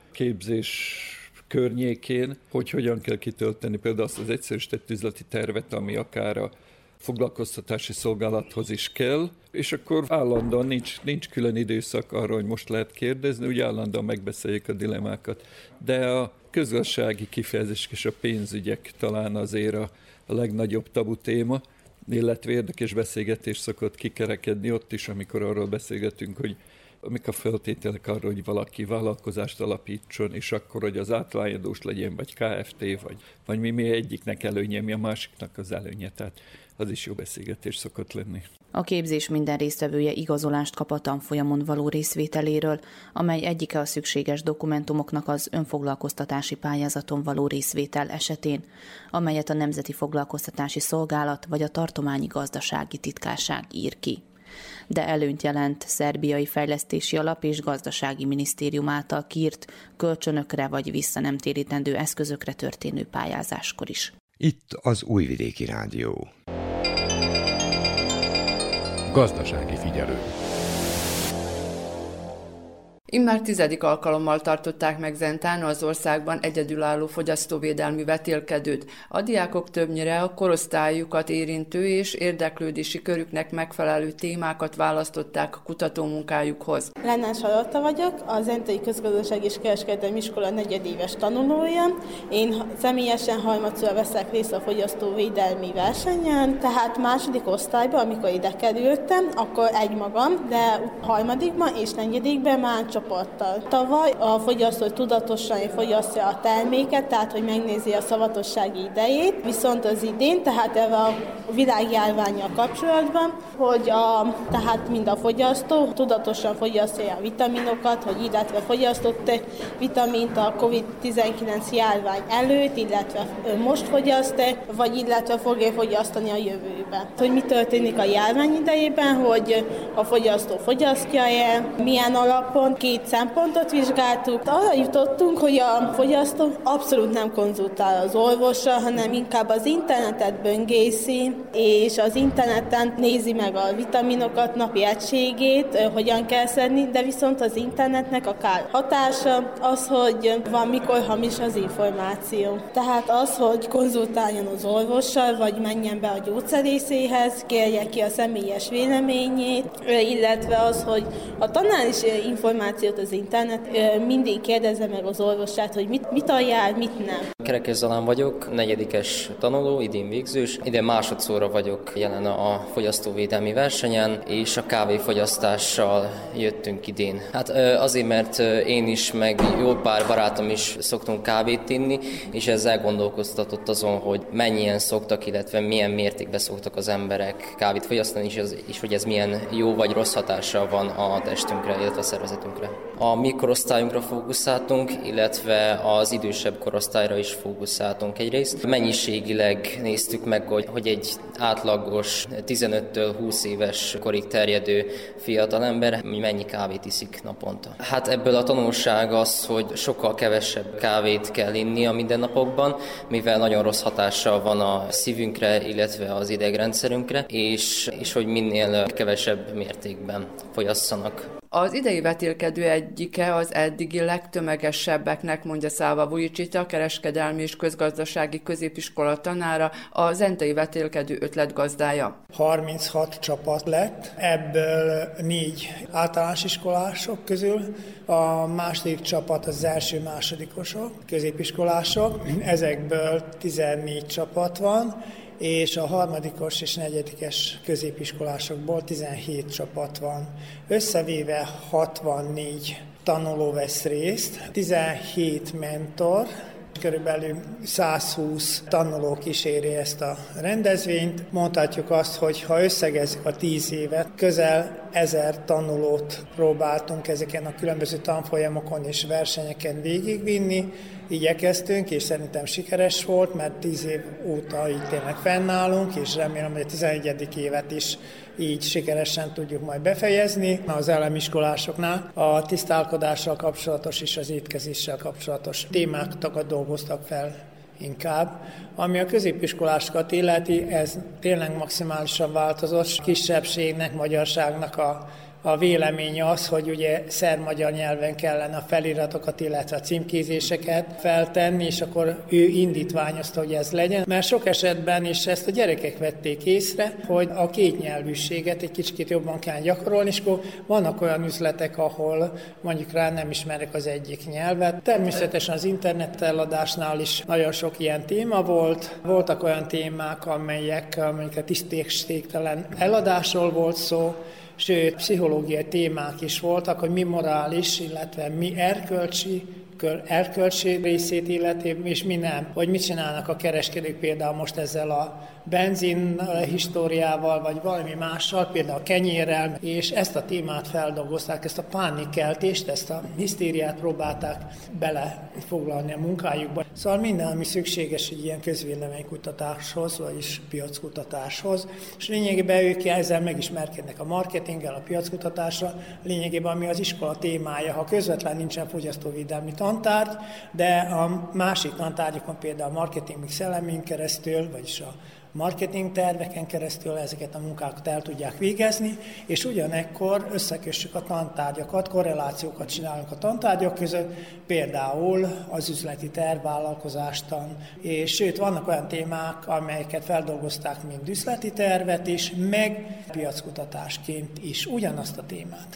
képzés környékén, hogy hogyan kell kitölteni például azt az egyszerűsített üzleti tervet, ami akár a foglalkoztatási szolgálathoz is kell, és akkor állandóan nincs külön időszak arra, hogy most lehet kérdezni, úgy állandóan megbeszéljük a dilemmákat. De a közgazdasági kifejezések és a pénzügyek talán azért a legnagyobb tabu téma, illetve érdekes beszélgetés szokott kikerekedni ott is, amikor arról beszélgetünk, hogy amik a feltételek arra, hogy valaki vállalkozást alapítson, és akkor, hogy az átlányadós legyen, vagy KFT, vagy mi egyiknek előnye, mi a másiknak az előnye. Tehát az is jó beszélgetés szokott lenni. A képzés minden résztvevője igazolást kap a tanfolyamon való részvételéről, amely egyike a szükséges dokumentumoknak az önfoglalkoztatási pályázaton való részvétel esetén, amelyet a Nemzeti Foglalkoztatási Szolgálat vagy a Tartományi Gazdasági Titkárság ír ki. De előnyt jelent Szerbiai Fejlesztési Alap és Gazdasági Minisztérium által kiírt kölcsönökre vagy visszanemtérítendő eszközökre történő pályázáskor is. Itt az Újvidéki Rádió. Gazdasági figyelő. Immár 10. alkalommal tartották meg Zentán az országban egyedülálló fogyasztóvédelmi vetélkedőt. A diákok többnyire a korosztályukat érintő és érdeklődési körüknek megfelelő témákat választották a kutatómunkájukhoz. Lennán Charlotta vagyok, a Zentai Közgazdasági és Kereskedelmi Iskola negyedéves tanulója. Én személyesen harmadszor veszek részt a fogyasztóvédelmi versenyen, tehát második osztályban, amikor ide kerültem, akkor egymagam, de harmadikban és negyedikben már csoporttal. Tavaly a fogyasztó tudatosan fogyasztja a terméket, tehát hogy megnézi a szavatossági idejét, viszont az idén, tehát ebben a világjárvánnyal kapcsolatban, hogy tehát mind a fogyasztó tudatosan fogyasztja a vitaminokat, hogy illetve fogyasztott vitamint a COVID-19 járvány előtt, illetve most fogyaszt, vagy illetve fogja fogyasztani a jövőben. Hogy mi történik a járvány idejében, hogy a fogyasztó fogyasztja-e, milyen alapon, 2 szempontot vizsgáltuk. Arra jutottunk, hogy a fogyasztó abszolút nem konzultál az orvossal, hanem inkább az internetet böngészi, és az interneten nézi meg a vitaminokat, napi egységét, hogyan kell szedni, de viszont az internetnek a kár hatása az, hogy van mikor hamis az információ. Tehát az, hogy konzultáljon az orvossal, vagy menjen be a gyógyszerészéhez, kérje ki a személyes véleményét, illetve az, hogy a tanár is információt az internet, mindig kérdezze meg az orvosát, hogy mit ajánl, mit nem. Kerekes Zalán vagyok, 4-es tanuló, idén végzős. Idén másodszorra vagyok jelen a fogyasztóvédelmi versenyen, és a kávéfogyasztással jöttünk idén. Hát azért, mert én is, meg jó pár barátom is szoktunk kávét inni, és ez elgondolkoztatott azon, hogy mennyien szoktak, illetve milyen mértékben szoktak az emberek kávét fogyasztani, és hogy ez milyen jó vagy rossz hatással van a testünkre, illetve a szervezetünkre. A mi korosztályunkra fókuszáltunk, illetve az idősebb korosztályra is fókuszáltunk egyrészt. Mennyiségileg néztük meg, hogy egy átlagos 15-től 20 éves korig terjedő fiatalember mennyi kávét iszik naponta. Hát ebből a tanulság az, hogy sokkal kevesebb kávét kell inni a mindennapokban, mivel nagyon rossz hatással van a szívünkre, illetve az idegrendszerünkre, és hogy minél kevesebb mértékben fogyasszanak. Az idei vetélkedő egyike az eddigi legtömegesebbeknek, mondja Száva Vujicita, kereskedelmi és közgazdasági középiskola tanára, a zentei vetélkedő ötletgazdája. 36 csapat lett, ebből 4 általános iskolások közül, a második csapat az első-másodikosok, középiskolások, ezekből 14 csapat van, és a harmadikos és negyedikes középiskolásokból 17 csapat van. Összevéve 64 tanuló vesz részt, 17 mentor, körülbelül 120 tanuló kíséri ezt a rendezvényt. Mondhatjuk azt, hogy ha összegezzük a 10 évet, közel 1000 tanulót próbáltunk ezeken a különböző tanfolyamokon és versenyeken végigvinni. Igyekeztünk, és szerintem sikeres volt, mert 10 év óta így tényleg fennállunk, és remélem, hogy a 11. évet is így sikeresen tudjuk majd befejezni. Az elemiskolásoknál a tisztálkodással kapcsolatos és az étkezéssel kapcsolatos témákat dolgoztak fel inkább. Ami a középiskolásokat illeti, ez tényleg maximálisan változott. Kisebbségnek, magyarságnak a véleménye az, hogy ugye szerb-magyar nyelven kellene a feliratokat, illetve a címkézéseket feltenni, és akkor ő indítványozta, hogy ez legyen. Mert sok esetben is ezt a gyerekek vették észre, hogy a kétnyelvűséget egy kicsit jobban kell gyakorolni, és akkor vannak olyan üzletek, ahol mondjuk rá nem ismerek az egyik nyelvet. Természetesen az internet eladásnál is nagyon sok ilyen téma volt. Voltak olyan témák, amelyek mondjuk a tisztességtelen eladásról volt szó, sőt, pszichológiai témák is voltak, hogy mi morális, illetve mi erkölcsi részét illeti, és mi nem. Hogy mit csinálnak a kereskedők például most ezzel a benzin históriával, vagy valami mással, például a kenyérrel, és ezt a témát feldolgozták, ezt a pánikkeltést, ezt a hisztériát próbálták belefoglalni a munkájukba. Szóval minden, ami szükséges egy ilyen közvéleménykutatáshoz, vagyis piackutatáshoz, és lényegében ők ezzel megismerkednek a marketinggel, a piackutatásra, lényegében ami az iskola témája, ha közvetlen nincsen fogyasztóvédelmi tantárgy, de a másik tantárgyakon például a marketing mix elemén keresztül, vagyis a marketing terveken keresztül ezeket a munkákat el tudják végezni, és ugyanekkor összekössük a tantárgyakat, korrelációkat csinálunk a tantárgyak között, például az üzleti terv, vállalkozástan, és sőt, vannak olyan témák, amelyeket feldolgozták, mint üzleti tervet is, meg piackutatásként is ugyanazt a témát.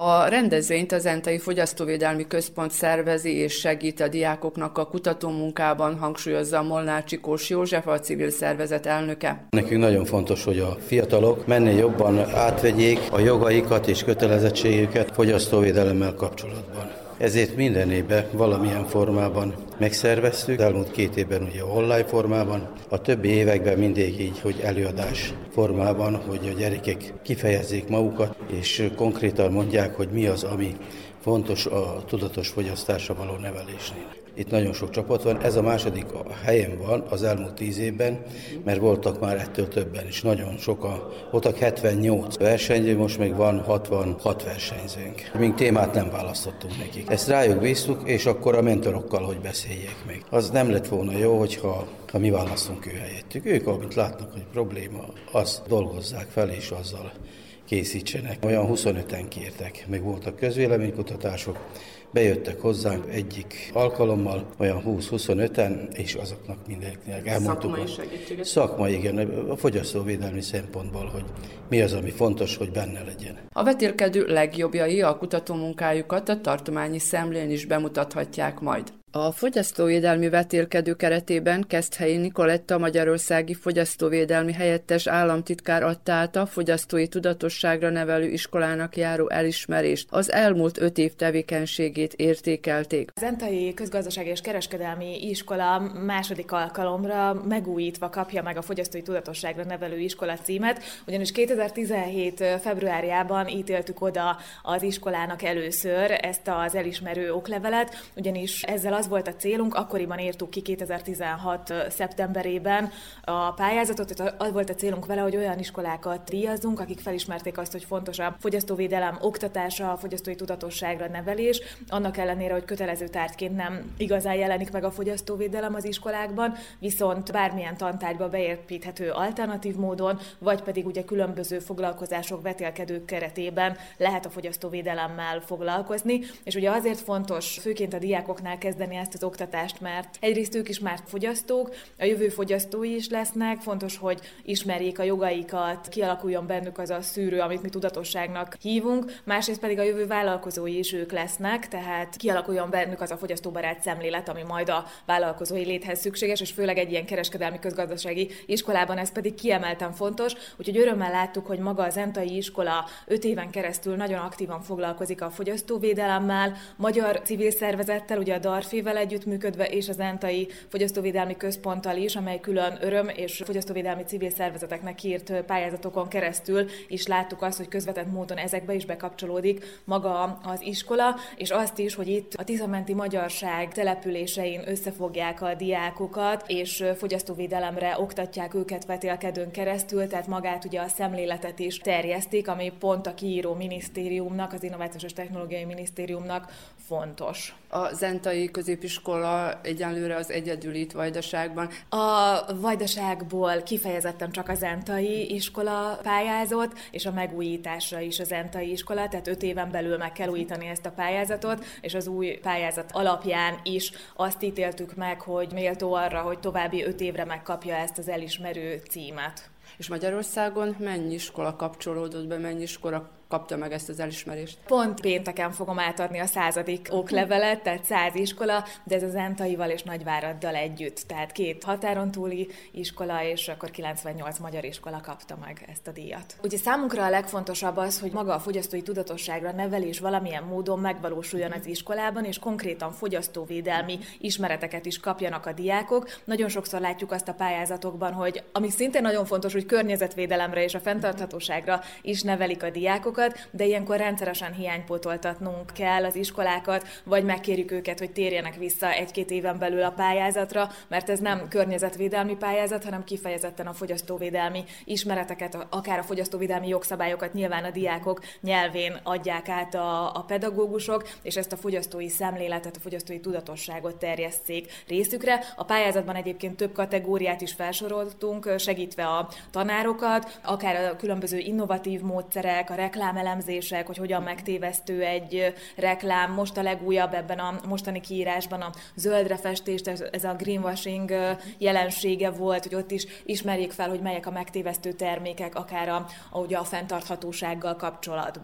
A rendezvényt a Zentai Fogyasztóvédelmi Központ szervezi és segít a diákoknak a kutatómunkában, hangsúlyozza Molnár Csikós József, a civil szervezet elnöke. Nekünk nagyon fontos, hogy a fiatalok mennél jobban átvegyék a jogaikat és kötelezettségüket fogyasztóvédelemmel kapcsolatban. Ezért minden évben valamilyen formában megszerveztük, elmúlt 2 évben ugye online formában, a többi években mindig így, hogy előadás formában, hogy a gyerekek kifejezzék magukat, és konkrétan mondják, hogy mi az, ami fontos a tudatos fogyasztásra való nevelésnél. Itt nagyon sok csapat van, ez a második helyen van az elmúlt 10 évben, mert voltak már ettől többen is, nagyon sokan. Voltak 78 versenyző, most még van 66 versenyzőnk. Még témát nem választottunk nekik. Ezt rájuk bíztuk, és akkor a mentorokkal, hogy beszéljék meg. Az nem lett volna jó, hogyha mi választunk ő helyettük. Ők, amit látnak, hogy probléma, azt dolgozzák fel, és azzal készítsenek. Olyan 25-en kértek, meg voltak közvéleménykutatások, bejöttek hozzánk egyik alkalommal, olyan 20-25-en, és azoknak mindenkinek elmondtuk. Szakmai, igen, a fogyasztóvédelmi szempontból, hogy mi az, ami fontos, hogy benne legyen. A vetélkedő legjobbjai a kutatómunkájukat a tartományi szemlén is bemutathatják majd. A fogyasztóvédelmi vetélkedő keretében Keszthelyi Nikoletta magyarországi fogyasztóvédelmi helyettes államtitkár adta át a fogyasztói tudatosságra nevelő iskolának járó elismerést. Az elmúlt 5 év tevékenységét értékelték. A Zentai Közgazdasági és Kereskedelmi Iskola második alkalomra megújítva kapja meg a fogyasztói tudatosságra nevelő iskola címet, ugyanis 2017. februárjában ítéltük oda az iskolának először ezt az elismerő oklevelet, ugyanis ezzel az volt a célunk, akkoriban írtuk ki 2016. szeptemberében a pályázatot, az volt a célunk vele, hogy olyan iskolákat díjazzunk, akik felismerték azt, hogy fontos a fogyasztóvédelem oktatása, a fogyasztói tudatosságra nevelés, annak ellenére, hogy kötelező tárgyként nem igazán jelenik meg a fogyasztóvédelem az iskolákban, viszont bármilyen tantárgyba beépíthető alternatív módon, vagy pedig ugye különböző foglalkozások, vetélkedők keretében lehet a fogyasztóvédelemmel foglalkozni, és ugye azért fontos főként a diákoknál kezdeni ezt az oktatást, mert egyrészt ők is már fogyasztók, a jövő fogyasztói is lesznek, fontos, hogy ismerjék a jogaikat, kialakuljon bennük az a szűrő, amit mi tudatosságnak hívunk, másrészt pedig a jövő vállalkozói is ők lesznek, tehát kialakuljon bennük az a fogyasztóbarát szemlélet, ami majd a vállalkozói léthez szükséges, és főleg egy ilyen kereskedelmi közgazdasági iskolában ez pedig kiemelten fontos, úgyhogy örömmel láttuk, hogy maga a Zentai iskola 5 éven keresztül nagyon aktívan foglalkozik a fogyasztóvédelemmel, magyar civil szervezettel, ugye a DARFI-vel együttműködve, és a Zentai Fogyasztóvédelmi Központtal is, amely külön öröm és fogyasztóvédelmi civil szervezeteknek kiírt pályázatokon keresztül is láttuk azt, hogy közvetett módon ezekbe is bekapcsolódik maga az iskola, és azt is, hogy itt a Tiszamenti magyarság településein összefogják a diákokat, és fogyasztóvédelemre oktatják őket vetélkedőn keresztül, tehát magát ugye a szemléletet is terjesztik, ami pont a kiíró minisztériumnak, az Innovációs és Technológiai Minisztériumnak fontos. A Zentai középiskola egyenlőre az egyedül itt Vajdaságban. A Vajdaságból kifejezetten csak a Zentai iskola pályázott, és a megújításra is a Zentai iskola, tehát 5 éven belül meg kell újítani ezt a pályázatot, és az új pályázat alapján is azt ítéltük meg, hogy méltó arra, hogy további 5 évre megkapja ezt az elismerő címet. És Magyarországon mennyi iskola kapcsolódott be, mennyi iskola kapta meg ezt az elismerést? Pont pénteken fogom átadni a 100. oklevelet, tehát 100 iskola, de ez a Zentaival és Nagyváraddal együtt. Tehát 2 határon túli iskola, és akkor 98 magyar iskola kapta meg ezt a díjat. Ugye számunkra a legfontosabb az, hogy maga a fogyasztói tudatosságra nevelés valamilyen módon megvalósuljon az iskolában, és konkrétan fogyasztóvédelmi ismereteket is kapjanak a diákok. Nagyon sokszor látjuk azt a pályázatokban, hogy ami szintén nagyon fontos, hogy környezetvédelemre és a fenntarthatóságra is nevelik a diákokat, de ilyenkor rendszeresen hiánypótoltatnunk kell az iskolákat, vagy megkérjük őket, hogy térjenek vissza 1-2 éven belül a pályázatra, mert ez nem környezetvédelmi pályázat, hanem kifejezetten a fogyasztóvédelmi ismereteket, akár a fogyasztóvédelmi jogszabályokat nyilván a diákok nyelvén adják át a pedagógusok, és ezt a fogyasztói szemléletet, a fogyasztói tudatosságot terjesszék részükre. A pályázatban egyébként több kategóriát is felsoroltunk, segítve a tanárokat, akár a különböző innovatív módszerek, a reklámelemzések, hogy hogyan megtévesztő egy reklám. Most a legújabb ebben a mostani kiírásban a zöldre festést, ez a greenwashing jelensége volt, hogy ott is ismerjék fel, hogy melyek a megtévesztő termékek, akár ugye a fenntarthatósággal kapcsolatban.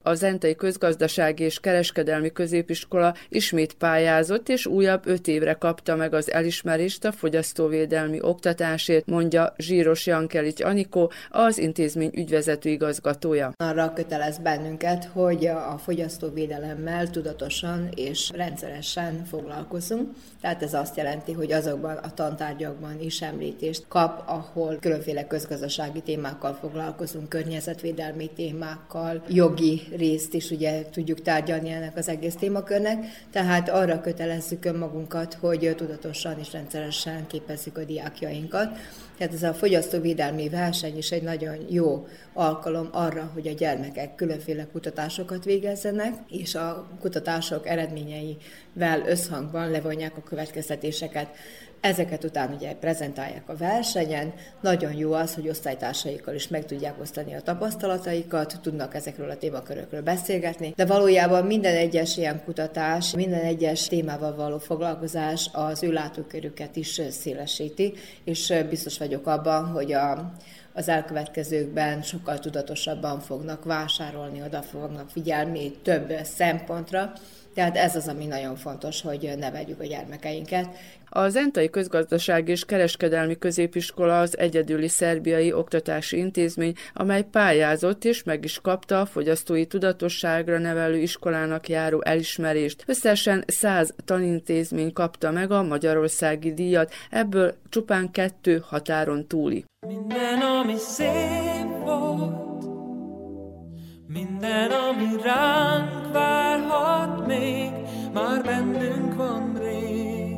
A Zentai Közgazdasági és Kereskedelmi Középiskola ismét pályázott, és újabb 5 évre kapta meg az elismerést a fogyasztóvédelmi oktatásért, mondja Zsíros Jankelics Anikó, az intézmény ügyvezető igazgatója. Arra kötelez bennünket, hogy a fogyasztóvédelemmel tudatosan és rendszeresen foglalkozunk. Tehát ez azt jelenti, hogy azokban a tantárgyakban is említést kap, ahol különféle közgazdasági témákkal foglalkozunk, környezetvédelmi témákkal, jogi részt is ugye tudjuk tárgyalni ennek az egész témakörnek, tehát arra kötelezzük önmagunkat, hogy tudatosan és rendszeresen képezzük a diákjainkat. Tehát ez a fogyasztóvédelmi verseny is egy nagyon jó alkalom arra, hogy a gyermekek különféle kutatásokat végezzenek, és a kutatások eredményeivel összhangban levonják a következtetéseket. Ezeket után ugye prezentálják a versenyen. Nagyon jó az, hogy osztálytársaikkal is meg tudják osztani a tapasztalataikat, tudnak ezekről a témakörökről beszélgetni, de valójában minden egyes ilyen kutatás, minden egyes témával való foglalkozás az ő látókörüket is szélesíti, és biztos vagyok abban, hogy az elkövetkezőkben sokkal tudatosabban fognak vásárolni, oda fognak figyelni több szempontra. Tehát ez az, ami nagyon fontos, hogy neveljük a gyermekeinket. A Zentai Közgazdasági és Kereskedelmi Középiskola az egyedüli szerbiai oktatási intézmény, amely pályázott és meg is kapta a fogyasztói tudatosságra nevelő iskolának járó elismerést. Összesen 100 tanintézmény kapta meg a magyarországi díjat, ebből csupán 2 határon túli. Minden, ami szép volt, minden, ami ránk várhat még, már bennünk van rég,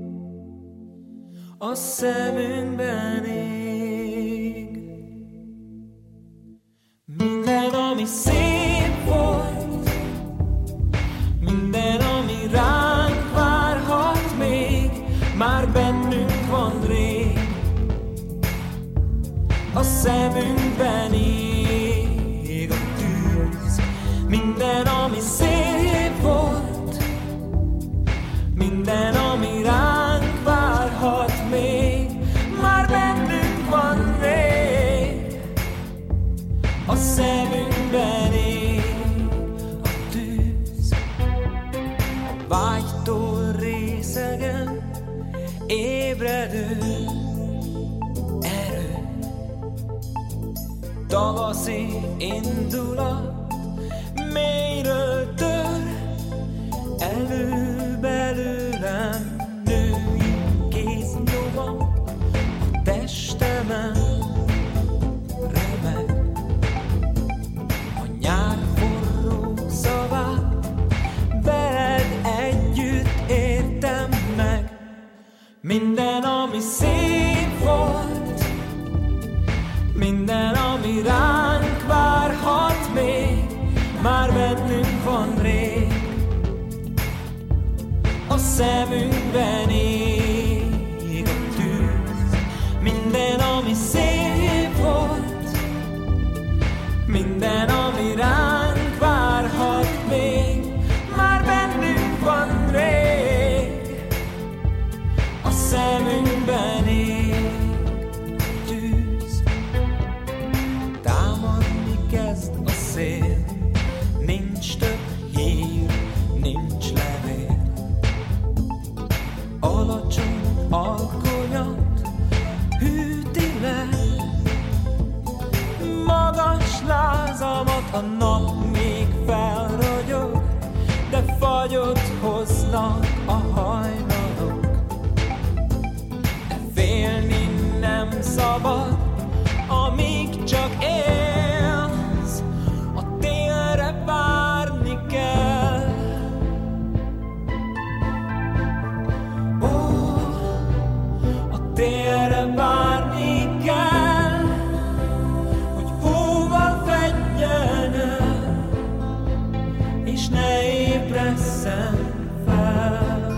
a szemünkben ég. Minden, ami szép volt, minden, ami ránk várhat még, már bennünk van rég, a szemünkben ég a tűz. Minden, ami szép volt, minden, ami ránk várhat még, már bennünk van rég, a szemünkben ég a tűz. A vágytól részegen ébredő erő, tavaszi indulat mélyről tör elő belőlem, női kéznyoma a testemen remeg. A nyár forró szavát veled együtt értem meg. Minden, ami szép volt, minden, ami ránk várhat még, már bennünk van rég, a szemünkben ég a tűz. Minden, ami szép volt, minden, ami ránk várhat még, már bennünk van rég, a szemünkben ég a tűz. Támadni kezd a szél, nincs több hír, nincs levél. Alacsony alkonyat hűti le, magas lázamat a nap még felragyog, de fagyot hoznak a hajnalok. De félni nem szabad, amíg csak élsz, a télre várni kell. Ó, a télre várni kell, hogy hóval fedjen el, és ne ébresszen fel.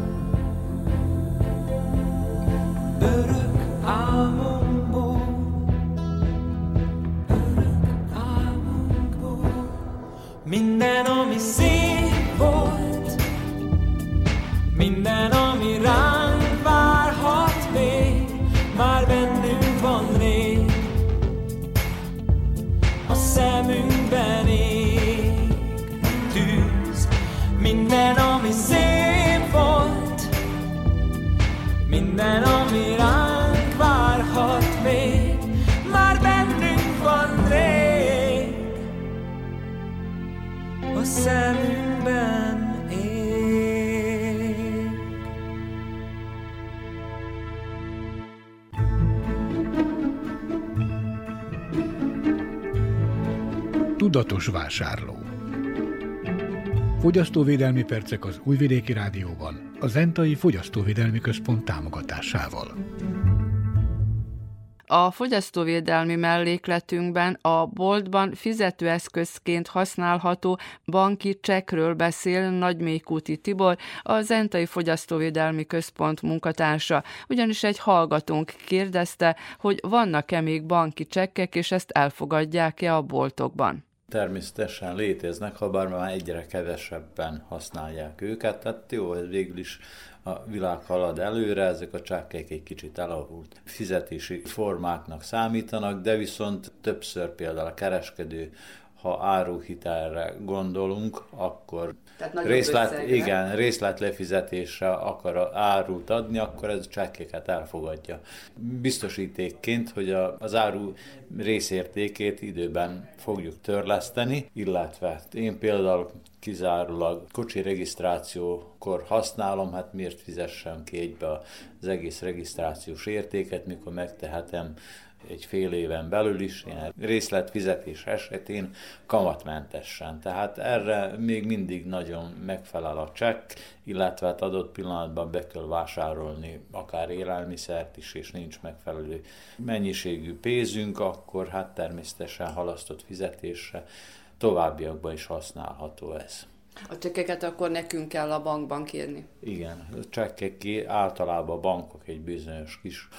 Örök álmomból, minden, ami szép volt, minden, ami ránk várhat még, már bennünk van rég, a szemünkben ég Minden, ami szép volt, minden, ami ránk várhat még, már bennünk van rég, a szemünkben ég. Tudatos vásárló. Fogyasztóvédelmi percek az Újvidéki Rádióban, a Zentai Fogyasztóvédelmi Központ támogatásával. A fogyasztóvédelmi mellékletünkben a boltban fizetőeszközként használható banki csekkről beszél Nagymékúti Tibor, a Zentai Fogyasztóvédelmi Központ munkatársa, ugyanis egy hallgatónk kérdezte, hogy vannak-e még banki csekkek, és ezt elfogadják-e a boltokban. Természetesen léteznek, ha bár már egyre kevesebben használják őket, tehát jó, ez végül is a világ halad előre, ezek a csekkek egy kicsit elavult fizetési formáknak számítanak, de viszont többször például a kereskedő, ha áruhitelre gondolunk, akkor részletlefizetésre akar árut adni, akkor ez a csekkeket elfogadja. Biztosítékként, hogy az áru részértékét időben fogjuk törleszteni, illetve én például kizárólag kocsi regisztrációkor használom, hát miért fizessem ki egybe az egész regisztrációs értéket, mikor megtehetem egy fél éven belül is, ilyen részletfizetés esetén kamatmentesen. Tehát erre még mindig nagyon megfelel a csekk, illetve hát adott pillanatban be kell vásárolni akár élelmiszert is, és nincs megfelelő mennyiségű pénzünk, akkor hát természetesen halasztott fizetésre továbbiakban is használható ez. A csekkeket akkor nekünk kell a bankban kérni? Igen, a csekkek általában a bankok egy bizonyos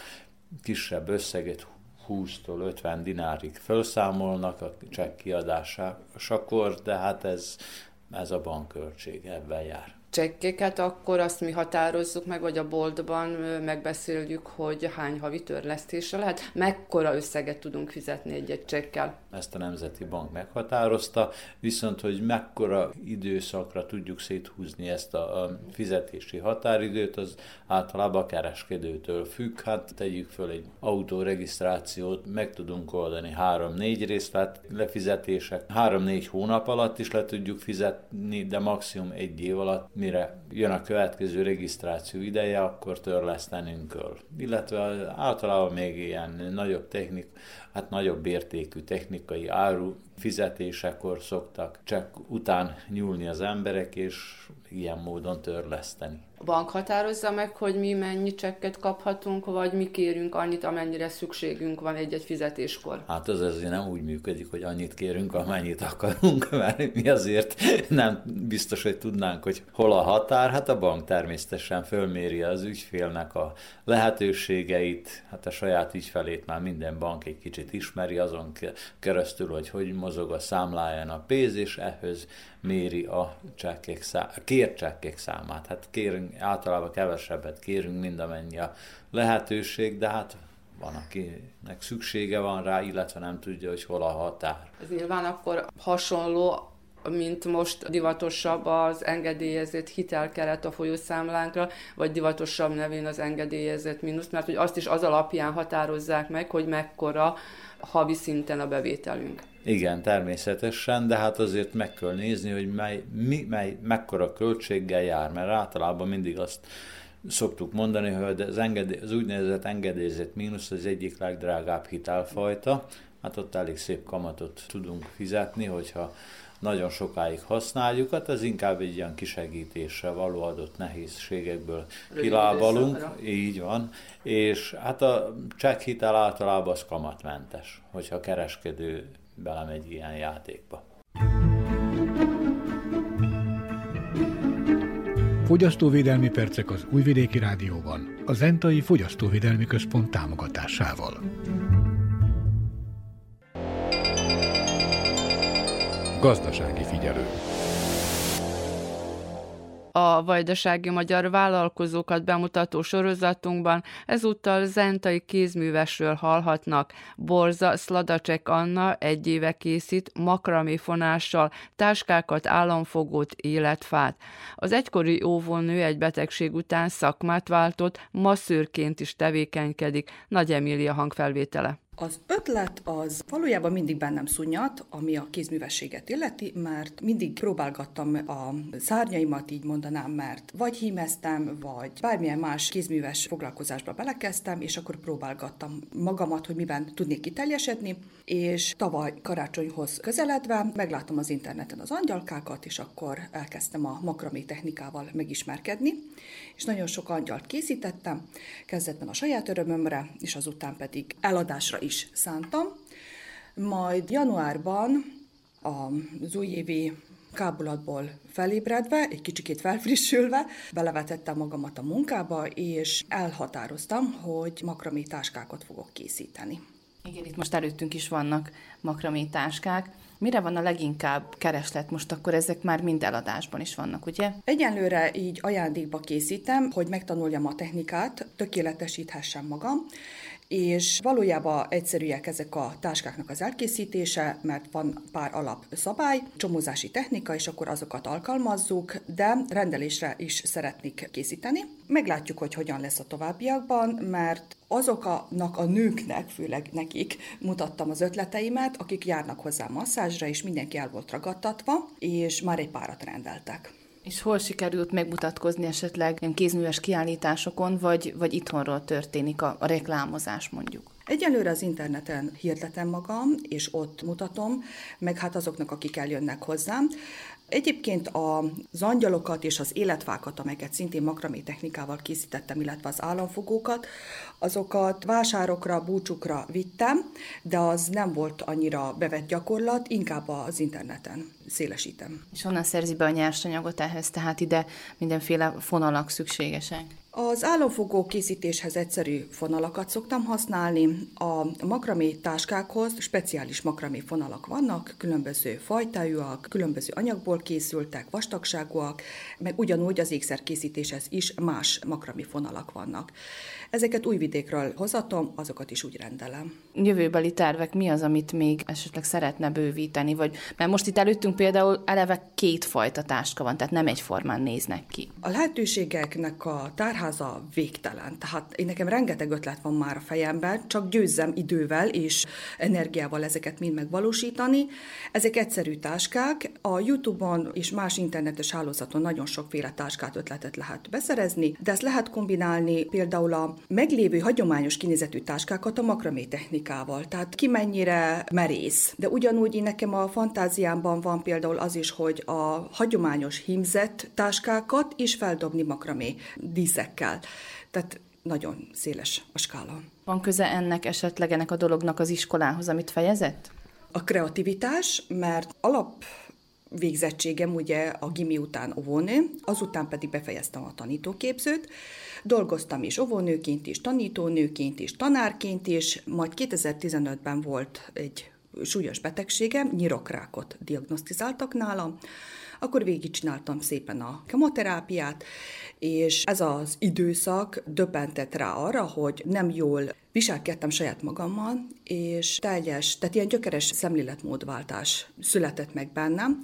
kisebb összeget 20-tól 50 dinárig felszámolnak a csekk kiadásakor, de hát ez a bankköltség ebben jár. Csekkeket akkor azt mi határozzuk meg, vagy a boltban megbeszéljük, hogy hány havi törlesztése lehet, mekkora összeget tudunk fizetni egy-egy csekkel. Ezt a Nemzeti Bank meghatározta, viszont hogy mekkora időszakra tudjuk széthúzni ezt a fizetési határidőt, az általában a kereskedőtől függ. Hát tegyük föl egy autóregisztrációt, meg tudunk oldani 3-4 részlet lefizetések, 3-4 hónap alatt is le tudjuk fizetni, de maximum 1 év alatt, mire jön a következő regisztráció ideje, akkor törlesztenünk kell. Illetve általában még ilyen nagyobb értékű technikai áru fizetésekor szoktak csak után nyúlni az emberek, és ilyen módon törleszteni. A bank határozza meg, hogy mi mennyi csekket kaphatunk, vagy mi kérünk annyit, amennyire szükségünk van egy-egy fizetéskor? Hát az azért nem úgy működik, hogy annyit kérünk, amennyit akarunk, mert mi azért nem biztos, hogy tudnánk, hogy hol a határ. Hát a bank természetesen fölméri az ügyfélnek a lehetőségeit, hát a saját ügyfelét már minden bank egy kicsit ismeri, azon keresztül, hogy mozog a számláján a pénz, és ehhez méri a kért csekkek számát. Hát általában kevesebbet kérünk, mint amennyi a lehetőség, de hát van, akinek szüksége van rá, illetve nem tudja, hogy hol a határ. Ez nyilván akkor hasonló, mint most divatosabb az engedélyezett hitelkeret a folyószámlánkra, vagy divatosabb nevén az engedélyezett mínusz, mert hogy azt is az alapján határozzák meg, hogy mekkora havi szinten a bevételünk. Igen, természetesen, de hát azért meg kell nézni, hogy mekkora költséggel jár, mert általában mindig azt szoktuk mondani, hogy az úgynevezett engedélyezett mínusz az egyik legdrágább hitelfajta, hát ott elég szép kamatot tudunk fizetni, hogyha nagyon sokáig használjuk, hát ez inkább egy ilyen kisegítésre való adott nehézségekből kilábalunk, így van, és hát a csekkhitel általában az kamatmentes, hogyha a kereskedő belemegy ilyen játékba. Fogyasztóvédelmi percek az Újvidéki Rádióban, a Zentai Fogyasztóvédelmi Központ támogatásával. Gazdasági figyelő. A vajdasági magyar vállalkozókat bemutató sorozatunkban ezúttal zentai kézművesről hallhatnak. Borza Szladacsek Anna 1 éve készít makraméfonással táskákat, államfogót, életfát. Az egykori óvónő egy betegség után szakmát váltott, masszőrként is tevékenykedik. Nagy Emília hangfelvétele. Az ötlet az valójában mindig bennem szunnyat, ami a kézművességet illeti, mert mindig próbálgattam a szárnyaimat, így mondanám, mert vagy hímeztem, vagy bármilyen más kézműves foglalkozásba belekezdtem, és akkor próbálgattam magamat, hogy miben tudnék kiteljesedni, és tavaly karácsonyhoz közeledve megláttam az interneten az angyalkákat, és akkor elkezdtem a makramé technikával megismerkedni, és nagyon sok angyalt készítettem, kezdetben a saját örömömre, és azután pedig eladásra is szántam. Majd januárban az újévi kábulatból felébredve, egy kicsikét felfrissülve, belevetettem magamat a munkába, és elhatároztam, hogy makramé táskákat fogok készíteni. Igen, itt most előttünk is vannak makramé táskák. Mire van a leginkább kereslet most, akkor ezek már mind eladásban is vannak, ugye? Egyenlőre így ajándékba készítem, hogy megtanuljam a technikát, tökéletesíthessem magam, és valójában egyszerűek ezek a táskáknak az elkészítése, mert van pár alapszabály, csomózási technika, és akkor azokat alkalmazzuk, de rendelésre is szeretnék készíteni. Meglátjuk, hogy hogyan lesz a továbbiakban, mert azoknak a nőknek, főleg nekik mutattam az ötleteimet, akik járnak hozzá masszázsra, és mindenki el volt ragadtatva, és már egy párat rendeltek. És hol sikerült megmutatkozni esetleg kézműves kiállításokon, vagy itthonról történik a reklámozás mondjuk? Egyelőre az interneten hirdetem magam, és ott mutatom, meg hát azoknak, akik eljönnek hozzám. Egyébként az angyalokat és az életfákat, amelyeket szintén makramé technikával készítettem, illetve az államfogókat, azokat vásárokra, búcsukra vittem, de az nem volt annyira bevett gyakorlat, inkább az interneten szélesítem. És honnan szerzi be a nyersanyagot ehhez, tehát ide mindenféle fonalak szükségesek? Az államfogó készítéshez egyszerű fonalakat szoktam használni. A makramé táskákhoz speciális makramé fonalak vannak, különböző fajtájúak, különböző anyagból készültek, vastagságúak, meg ugyanúgy az ékszerkészítéshez is más makramé fonalak vannak. Ezeket Újvidékről hozatom, azokat is úgy rendelem. Jövőbeli tervek mi az, amit még esetleg szeretne bővíteni? Mert most itt előttünk például eleve 2 fajta táska van, tehát nem egyformán néznek ki. A lehetőségeknek a tárháza végtelen. Tehát nekem rengeteg ötlet van már a fejemben, csak győzzem idővel és energiával ezeket mind megvalósítani. Ezek egyszerű táskák. A YouTube-on és más internetes hálózaton nagyon sokféle táskát, ötletet lehet beszerezni, de ezt lehet kombinálni például a meglévő hagyományos kinézetű táskákat a makramé technikával, tehát ki mennyire merész. De ugyanúgy nekem a fantáziámban van például az is, hogy a hagyományos hímzett táskákat is feldobni makramé díszekkel. Tehát nagyon széles a skála. Van köze ennek a dolognak az iskolához, amit fejezett? A kreativitás, mert végzettségem ugye a gimi után óvónő, azután pedig befejeztem a tanítóképzőt. Dolgoztam is óvónőként is, tanítónőként is, tanárként is, majd 2015-ben volt egy súlyos betegségem, nyirokrákot diagnosztizáltak nálam, akkor végigcsináltam szépen a kemoterápiát, és ez az időszak döbbentett rá arra, hogy nem jól viselkedtem saját magammal, és tehát ilyen gyökeres szemléletmódváltás született meg bennem,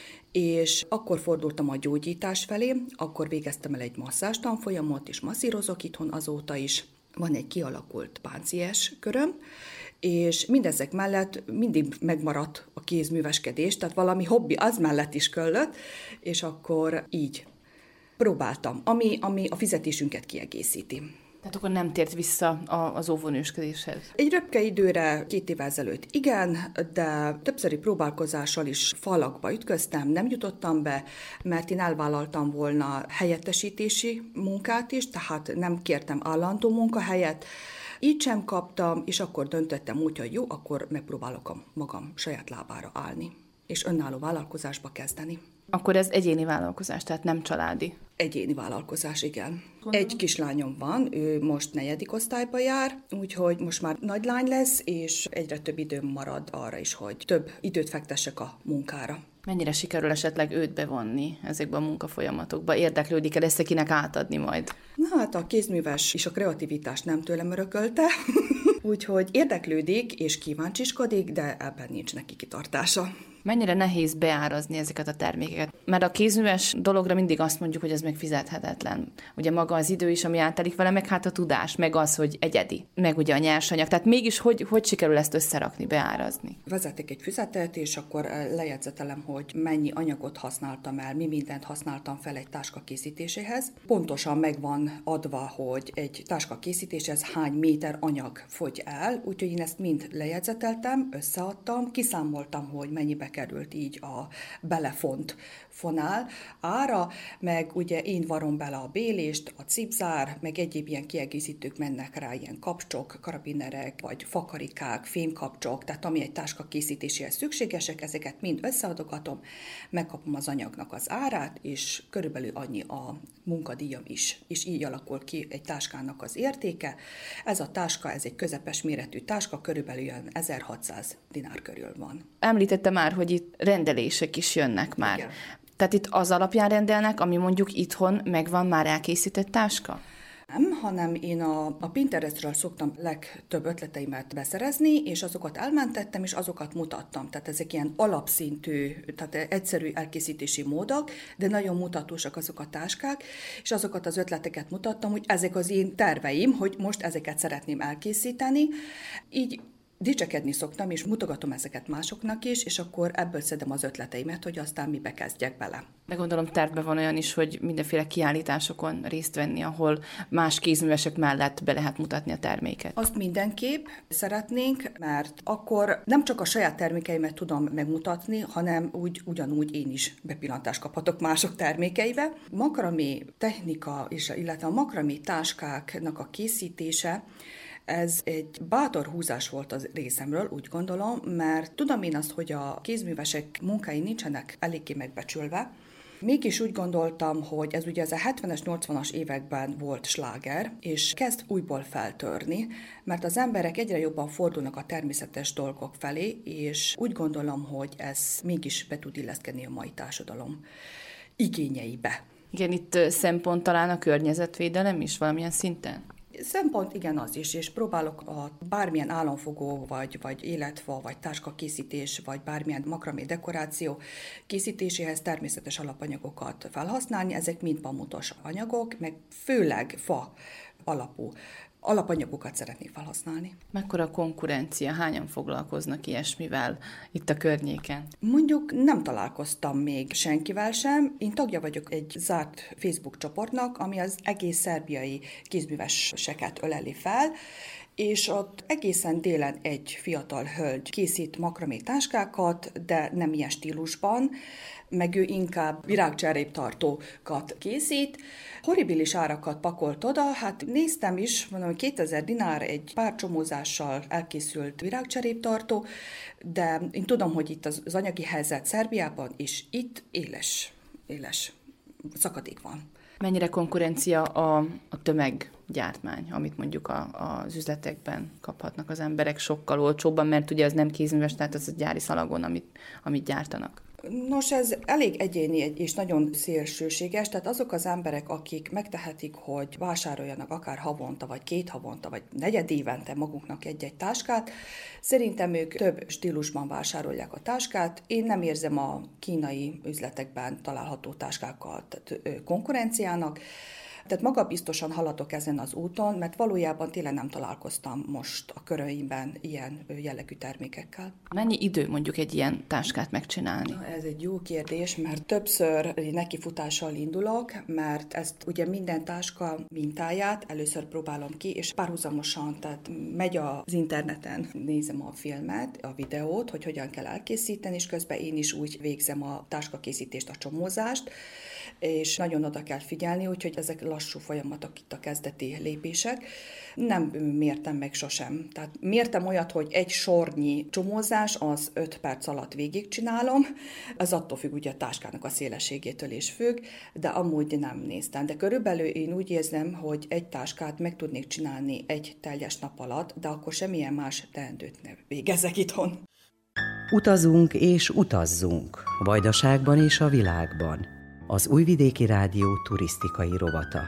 és akkor fordultam a gyógyítás felé, akkor végeztem el egy masszázs tanfolyamot, és masszírozok itthon azóta is. Van egy kialakult pánciás köröm, és mindezek mellett mindig megmaradt a kézműveskedés, tehát valami hobbi az mellett is kellett, és akkor így próbáltam, ami a fizetésünket kiegészíti. Tehát akkor nem tért vissza az óvónősködéshez? Egy röpke időre 2 évvel ezelőtt igen, de többszöri próbálkozással is falakba ütköztem, nem jutottam be, mert én elvállaltam volna helyettesítési munkát is, tehát nem kértem állandó munkahelyet, így sem kaptam, és akkor döntöttem úgy, hogy jó, akkor megpróbálok a magam saját lábára állni. és önálló vállalkozásba kezdeni. Akkor ez egyéni vállalkozás, tehát nem családi? Egyéni vállalkozás, igen. Egy kislányom van, ő most 4. osztályba jár, úgyhogy most már nagylány lesz, és egyre több időm marad arra is, hogy több időt fektessek a munkára. Mennyire sikerül esetleg őt bevonni ezekbe a munkafolyamatokba? Érdeklődik-e, lesz-e kinek átadni majd? Na hát a kézműves és a kreativitás nem tőlem örökölte, úgyhogy érdeklődik és kíváncsiskodik, de ebben nincs neki kitartása. Mennyire nehéz beárazni ezeket a termékeket? Mert a kézműves dologra mindig azt mondjuk, hogy ez meg fizethetetlen. Ugye maga az idő is, ami átelik vele, meg hát a tudás, meg az, hogy egyedi, meg ugye a nyersanyag. Tehát mégis hogy sikerül ezt összerakni, beárazni? Vezetek egy füzetet, és akkor lejegyzetelem, hogy mennyi anyagot használtam el, mi mindent használtam fel egy táska készítéséhez. Pontosan meg van adva, hogy egy táska készítéshez hány méter anyag fogy el, úgyhogy én ezt mind lejegyzeteltem, összeadtam, kiszámoltam, hogy mennyibe került így a belefont fonál ára, meg ugye én varom bele a bélést, a cipzár, meg egyéb ilyen kiegészítők mennek rá, ilyen kapcsok, karabinerek, vagy fakarikák, fémkapcsok, tehát ami egy táska készítéséhez szükségesek, ezeket mind összeadogatom, megkapom az anyagnak az árát, és körülbelül annyi a munkadíjam is, és így alakul ki egy táskának az értéke. Ez a táska, ez egy közepes méretű táska, körülbelül 1600 dinár körül van. Említette már, hogy itt rendelések is jönnek már. Igen. Tehát itt az alapján rendelnek, ami mondjuk itthon megvan már elkészített táska? Nem, hanem én a Pinterestről szoktam legtöbb ötleteimet beszerezni, és azokat elmentettem, és azokat mutattam. Tehát ezek ilyen alapszintű, tehát egyszerű elkészítési módok, de nagyon mutatósak azok a táskák, és azokat az ötleteket mutattam, hogy ezek az én terveim, hogy most ezeket szeretném elkészíteni. Így dicsekedni szoktam, és mutogatom ezeket másoknak is, és akkor ebből szedem az ötleteimet, hogy aztán mibe kezdjek bele. De gondolom tervben van olyan is, hogy mindenféle kiállításokon részt venni, ahol más kézművesek mellett be lehet mutatni a terméket. Azt mindenképp szeretnénk, mert akkor nem csak a saját termékeimet tudom megmutatni, hanem ugyanúgy én is bepillantást kaphatok mások termékeibe. Makramé technika, illetve a makramé táskáknak a készítése, ez egy bátor húzás volt az részemről, úgy gondolom, mert tudom én azt, hogy a kézművesek munkái nincsenek eléggé megbecsülve. Mégis úgy gondoltam, hogy ez ugye az a 70-es, 80-as években volt sláger, és kezd újból feltörni, mert az emberek egyre jobban fordulnak a természetes dolgok felé, és úgy gondolom, hogy ez mégis be tud illeszkedni a mai társadalom igényeibe. Igen, itt szempont talán a környezetvédelem is valamilyen szinten? Szempont igen az is, és próbálok bármilyen államfogó, vagy életfa, vagy táskakészítés, vagy bármilyen makramé dekoráció készítéséhez természetes alapanyagokat felhasználni, ezek mind pamutos anyagok, meg főleg fa alapú alapanyagokat szeretnék felhasználni. Mekkora a konkurencia? Hányan foglalkoznak ilyesmivel itt a környéken? Mondjuk nem találkoztam még senkivel sem. Én tagja vagyok egy zárt Facebook csoportnak, ami az egész szerbiai kézműveseket öleli fel, és ott egészen délen egy fiatal hölgy készít makramé táskákat, de nem ilyen stílusban, meg ő inkább virágcseréptartókat készít. Horribilis árakat pakolt oda, hát néztem is, mondom, 2000 dinár egy pár csomózással elkészült virágcseréptartó, de én tudom, hogy itt az anyagi helyzet Szerbiában, és itt éles szakadék van. Mennyire konkurencia a tömeggyártmány, amit mondjuk az üzletekben kaphatnak az emberek sokkal olcsóbban, mert ugye az nem kézműves, tehát az a gyári szalagon, amit gyártanak. Nos, ez elég egyéni és nagyon szélsőséges, tehát azok az emberek, akik megtehetik, hogy vásároljanak akár havonta, vagy 2 havonta, vagy negyedévente maguknak egy-egy táskát, szerintem ők több stílusban vásárolják a táskát. Én nem érzem a kínai üzletekben található táskákat konkurenciának, tehát magabiztosan haladok ezen az úton, mert valójában tényleg nem találkoztam most a köröimben ilyen jellegű termékekkel. Mennyi idő mondjuk egy ilyen táskát megcsinálni? Ez egy jó kérdés, mert többször nekifutással indulok, mert ezt ugye minden táska mintáját először próbálom ki, és párhuzamosan, tehát megy az interneten, nézem a filmet, a videót, hogy hogyan kell elkészíteni, és közben én is úgy végzem a táskakészítést, a csomózást, és nagyon oda kell figyelni, úgyhogy ezek lassú folyamatok itt a kezdeti lépések. Nem mértem meg sosem. Tehát mértem olyat, hogy egy sornyi csomózás, az 5 perc alatt végigcsinálom. Ez attól függ ugye a táskának a szélességétől is függ, de amúgy nem néztem. De körülbelül én úgy érzem, hogy egy táskát meg tudnék csinálni egy teljes nap alatt, de akkor semmilyen más teendőt nem végezek itthon. Utazunk és utazzunk, Vajdaságban és a világban. Az Újvidéki Rádió turisztikai rovata.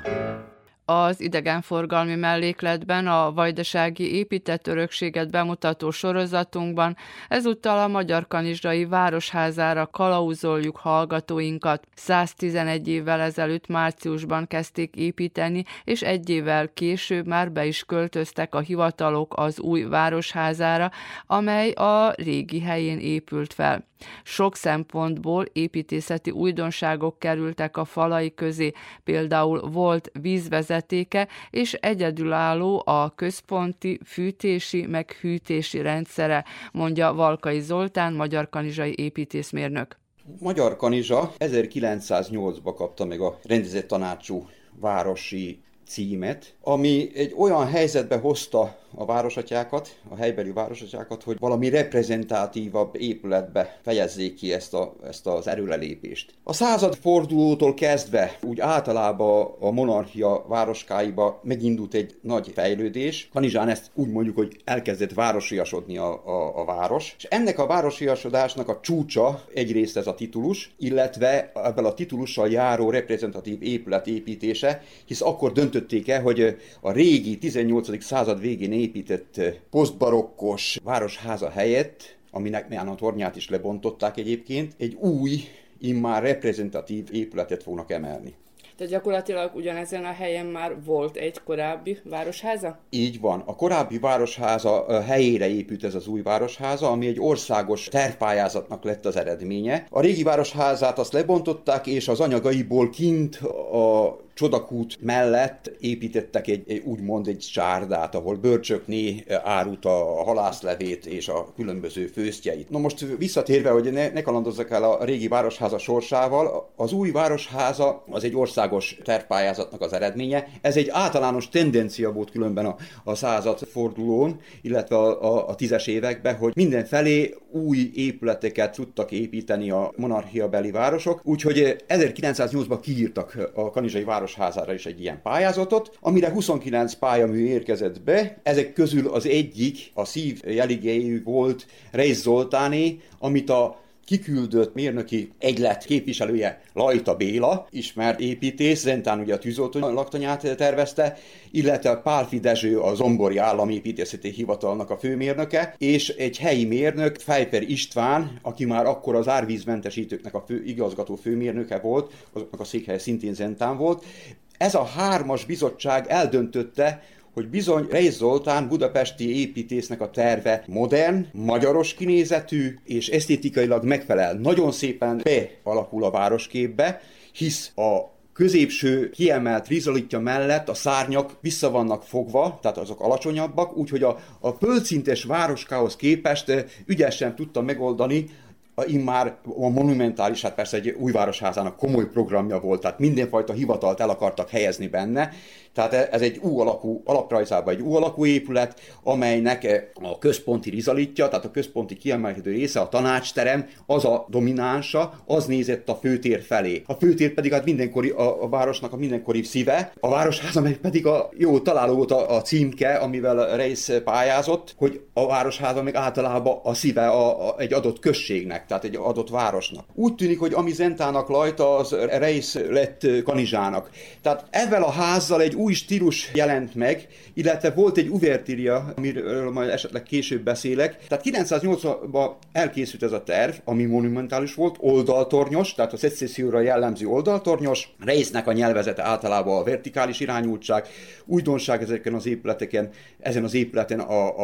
Az idegenforgalmi mellékletben a vajdasági épített örökséget bemutató sorozatunkban ezúttal a Magyarkanizsai Városházára kalauzoljuk hallgatóinkat. 111 évvel ezelőtt márciusban kezdték építeni, és egy évvel később már be is költöztek a hivatalok az új Városházára, amely a régi helyén épült fel. Sok szempontból építészeti újdonságok kerültek a falai közé, például volt vízvezetéke, és egyedülálló a központi fűtési meg hűtési rendszere, mondja Valkai Zoltán, magyarkanizsai építészmérnök. Magyarkanizsa 1908-ban kapta meg a rendezett tanácsú városi címet, ami egy olyan helyzetbe hozta a városatyákat, a helybeli városatyákat, hogy valami reprezentatívabb épületbe fejezzék ki ezt az erőlelépést. A századfordulótól kezdve úgy általában a monarchia városkáiba megindult egy nagy fejlődés. Kanizsán ezt úgy mondjuk, hogy elkezdett városiasodni a város, és ennek a városiasodásnak a csúcsa egyrészt ez a titulus, illetve ebben a titulussal járó reprezentatív épület építése, hisz akkor döntötték el, hogy a régi 18. század végén épített posztbarokkos városháza helyett, aminek a tornyát is lebontották egyébként, egy új, immár reprezentatív épületet fognak emelni. Tehát gyakorlatilag ugyanezen a helyen már volt egy korábbi városháza? Így van. A korábbi városháza helyére épült ez az új városháza, ami egy országos tervpályázatnak lett az eredménye. A régi városházát azt lebontották, és az anyagaiból kint a Csodakút mellett építettek egy csárdát, ahol bölcsökné árult a halászlevét és a különböző főztjeit. Na most visszatérve, hogy ne kalandozzak el a régi városháza sorsával, az új városháza az egy országos tervpályázatnak az eredménye. Ez egy általános tendencia volt különben a századfordulón, illetve a 10-es években, hogy mindenfelé új épületeket tudtak építeni a monarchiabeli városok, úgyhogy 1908-ban kiírtak a kanizsai városházára is egy ilyen pályázatot, amire 29 pályamű érkezett be. Ezek közül az egyik, a szív jeligéjű volt Reisz Zoltáné, amit a kiküldött mérnöki egylet képviselője Lajta Béla, ismert építész, Zentán ugye a tűzoltó laktanyát tervezte, illetve Pálffy Dezső a Zombori Államépítészeti Hivatalnak a főmérnöke, és egy helyi mérnök, Fejper István, aki már akkor az árvízmentesítőknek a igazgató főmérnöke volt, azoknak a székhelye szintén Zentán volt. Ez a 3-as bizottság eldöntötte, hogy bizony Reisz Zoltán budapesti építésznek a terve modern, magyaros kinézetű és esztétikailag megfelel. Nagyon szépen bealakul a városképbe, hisz a középső kiemelt rizolitja mellett a szárnyak vissza vannak fogva, tehát azok alacsonyabbak, úgyhogy a földszintes városkához képest ügyesen tudta megoldani immár a monumentális, hát persze egy új városházának komoly programja volt, tehát mindenfajta hivatalt el akartak helyezni benne. Tehát ez egy alaprajzában egy alakú épület, amelynek a központi rizalitja, tehát a központi kiemelkedő része, a tanácsterem, az a dominánsa, az nézett a főtér felé. A főtér pedig hát mindenkori, a városnak a mindenkori szíve, a városház, amely pedig jó találó volt a címke, amivel Reisz pályázott, hogy a városháza meg általában a szíve egy adott községnek, tehát egy adott városnak. Úgy tűnik, hogy ami Zentának Lajta, az Reisz lett Kanizsának. Tehát ezzel a házzal egy új stílus jelent meg, illetve volt egy uvertíria, amiről majd esetleg később beszélek. Tehát 980-ban elkészült ez a terv, ami monumentális volt, oldaltornyos, tehát a szecesszióra jellemző oldaltornyos. Reisznek a nyelvezete általában a vertikális irányultság. Újdonság ezeken az épületeken, ezen az épületen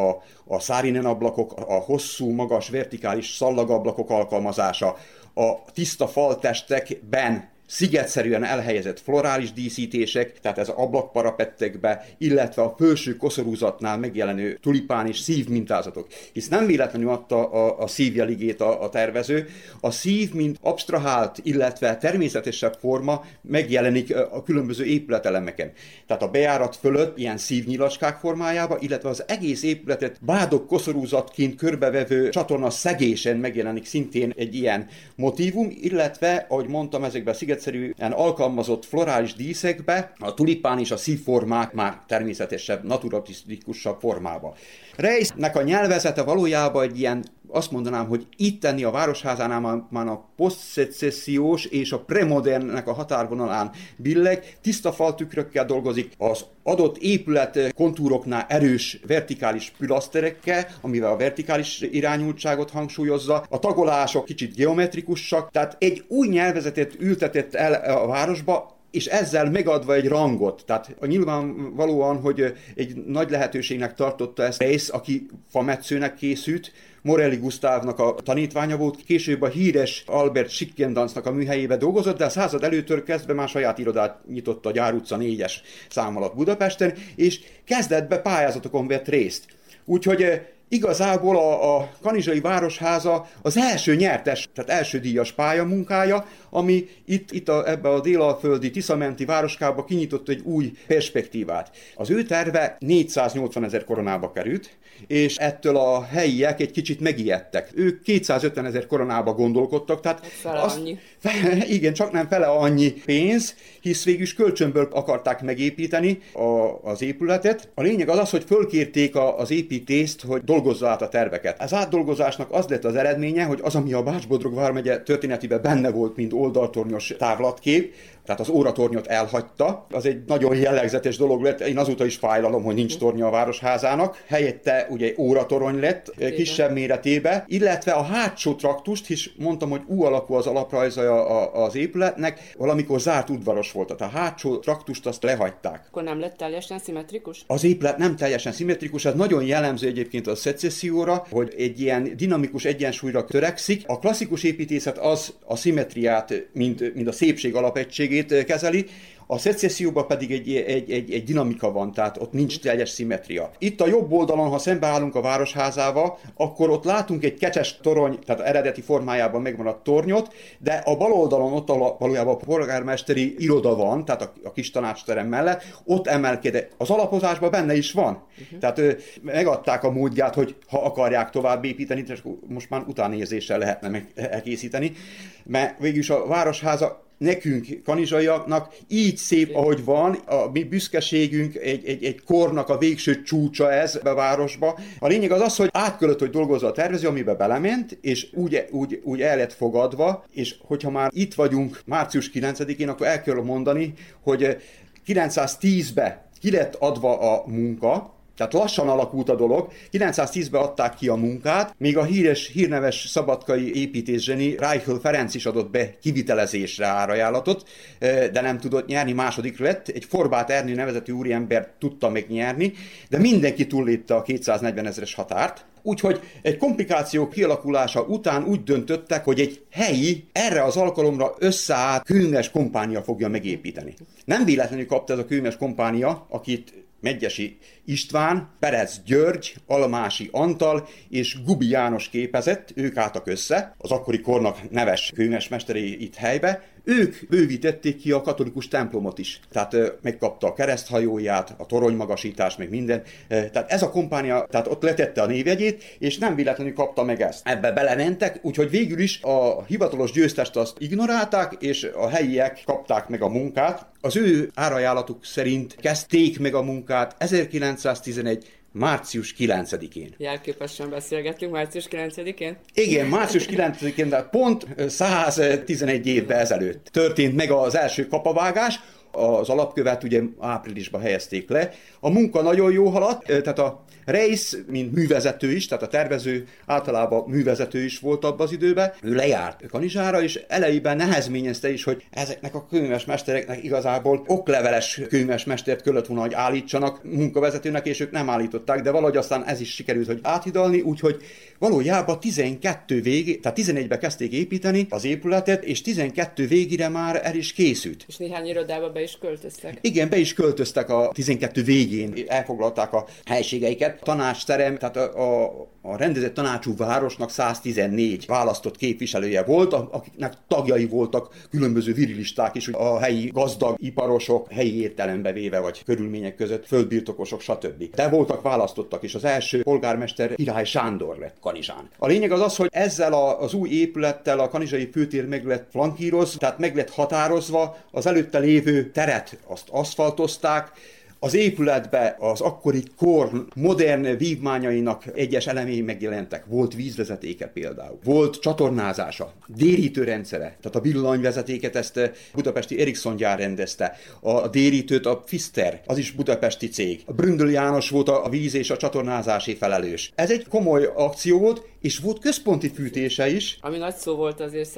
a szárinen ablakok, a hosszú, magas, vertikális szallagablakok alkalmazása, a tiszta faltestekben szigetszerűen elhelyezett florális díszítések, tehát ez ablakparapettekbe, illetve a felső koszorúzatnál megjelenő tulipán és szív mintázatok. Hisz nem véletlenül adta a szívjeligét a tervező. A szív, mint absztrahált, illetve természetesebb forma megjelenik a különböző épületelemeken. Tehát a bejárat fölött ilyen szívnyilacskák formájába, illetve az egész épületet bádok koszorúzatként körbevevő csatorna szegésen megjelenik szintén egy ilyen motívum, illetve, ahogy mondtam, ezekben a szigetszerűen alkalmazott florális díszekbe a tulipán és a szívformák már természetesebb, naturalisztikusabb formába. Reisznek a nyelvezete valójában egy ilyen, azt mondanám, hogy itteni a Városházánál már a posztszecessziós és a premodernnek a határvonalán billeg, tiszta faltükrökkel dolgozik, az adott épület kontúroknál erős vertikális pilaszterekkel, amivel a vertikális irányultságot hangsúlyozza, a tagolások kicsit geometrikusak, tehát egy új nyelvezetet ültetett el a városba, és ezzel megadva egy rangot. Tehát nyilvánvalóan, hogy egy nagy lehetőségnek tartotta ezt Reisz, aki fametszőnek készült, Morelli Gusztávnak a tanítványa volt, később a híres Albert Schickendanznak a műhelyébe dolgozott, de a század előttől kezdve már saját irodát nyitott a Gyár utca 4-es szám alatt Budapesten, és kezdett be pályázatokon vett részt. Úgyhogy igazából a Kanizsai Városháza az első nyertes, tehát első díjas pályamunkája, ami ebbe a délalföldi Tiszamenti városkába kinyitott egy új perspektívát. Az ő terve 480 000 koronába került, és ettől a helyiek egy kicsit megijedtek. Ők 250 000 koronába gondolkodtak, tehát annyi. Igen, csak nem fele annyi pénz, hisz végülis kölcsönből akarták megépíteni az épületet. A lényeg az, hogy fölkérték az építészt, hogy dolgozza át a terveket. Az átdolgozásnak az lett az eredménye, hogy az, ami a Bács-Bodrog vármegye történetében benne volt, mint oldaltornyos távlatkép, tehát az óratornyot elhagyta. Az egy nagyon jellegzetes dolog lett. Én azóta is fájlalom, hogy nincs tornya a Városházának. Helyette ugye óratorony lett, kisebb méretébe, illetve a hátsó traktust, hisz mondtam, hogy U alakú az alaprajza az épületnek, valamikor zárt udvaros volt. Tehát a hátsó traktust azt lehagyták. Akkor nem lett teljesen szimmetrikus? Az épület nem teljesen szimmetrikus, ez nagyon jellemző egyébként a szecesszióra, hogy egy ilyen dinamikus egyensúlyra törekszik. A klasszikus építészet az a szimmetriát, mint a szépség alapegységét kezeli, a szecesszióban pedig egy dinamika van, tehát ott nincs teljes szimmetria. Itt a jobb oldalon, ha szembeállunk a Városházával, akkor ott látunk egy kecses torony, tehát eredeti formájában megmaradt tornyot, de a bal oldalon ott valójában a polgármesteri iroda van, tehát a kis tanácsterem mellett, ott emelkedett. Az alapozásban benne is van. Tehát megadták a módját, hogy ha akarják tovább építeni, most már utánérzéssel lehetne elkészíteni, mert végülis a Városháza nekünk, kanizsaiaknak így szép, ahogy van, a mi büszkeségünk, egy kornak a végső csúcsa ez a városba. A lényeg az, hogy átkölött, hogy dolgozza a tervező, amibe belement, és úgy el lett fogadva, és hogyha már itt vagyunk március 9-én, akkor el kell mondani, hogy 910-ben ki lett adva a munka, tehát lassan alakult a dolog. 910-ben adták ki a munkát, még a hírneves szabadkai építészzseni Reichel Ferenc is adott be kivitelezésre árajánlatot, de nem tudott nyerni, második lett. Egy Forbát Ernő nevezetű úriember tudta megnyerni, de mindenki túllépte a 240 000-es határt. Úgyhogy egy komplikáció kialakulása után úgy döntöttek, hogy egy helyi, erre az alkalomra összeállt kőműves kompánia fogja megépíteni. Nem véletlenül kapta ez a kőműves kompánia, akit Medgyessy István, Perez György, Almási Antal és Gubi János képezett, ők álltak össze, az akkori kornak neves kőművesmesterei itt helybe, ők bővítették ki a katolikus templomot is. Tehát megkapta a kereszthajóját, a toronymagasítást, meg minden. Tehát ez a kompánia, tehát ott letette a névjegyét, és nem véletlenül kapta meg ezt. Ebbe belementek, úgyhogy végül is a hivatalos győztest azt ignorálták, és a helyiek kapták meg a munkát. Az ő árajánlatuk szerint kezdték meg a munkát 1911. március 9-én. Jelképesen beszélgettünk március 9-én? Igen, március 9-én, de pont 111 évvel ezelőtt történt meg az első kapavágás. az alapkövet ugye áprilisban helyezték le. A munka nagyon jó haladt, tehát a Reisz, mint művezető is, tehát a tervező általában művezető is volt abban az időben, ő lejárt Kanizsára, és elejében nehezményezte is, hogy ezeknek a könyvesmestereknek igazából okleveles könyvesmestert kellett volna, hogy állítsanak munkavezetőnek, és ők nem állították, de valahogy aztán ez is sikerült, hogy áthidalni, úgyhogy valójában 12 végig, tehát 11-ben kezdték építeni az épületet, és 12 végére már el is készült. És néhány irodába be is költöztek. Igen, be is költöztek a 12 végén, elfoglalták a helységeiket. Tanácsterem, tehát a rendezett tanácsú városnak 114 választott képviselője volt, akiknek tagjai voltak különböző virilisták is, a helyi gazdag iparosok, helyi értelembe véve, vagy körülmények között, földbirtokosok, stb. De voltak választottak, és az első polgármester Király Sándor lett Kanizsán. A lényeg az, hogy ezzel az új épülettel a kanizsai főtér meg lett flankírozva, tehát meg lett határozva, az előtte lévő teret azt aszfaltozták, az épületbe az akkori kor modern vívmányainak egyes elemei megjelentek. Volt vízvezetéke például, volt csatornázása, dérítőrendszere, tehát a villanyvezetéket ezt budapesti Ericsson gyár rendezte, a dérítőt a Pfister, az is budapesti cég. A Bründel János volt a víz és a csatornázási felelős. Ez egy komoly akció volt, és volt központi fűtése is. Ami nagy szó volt azért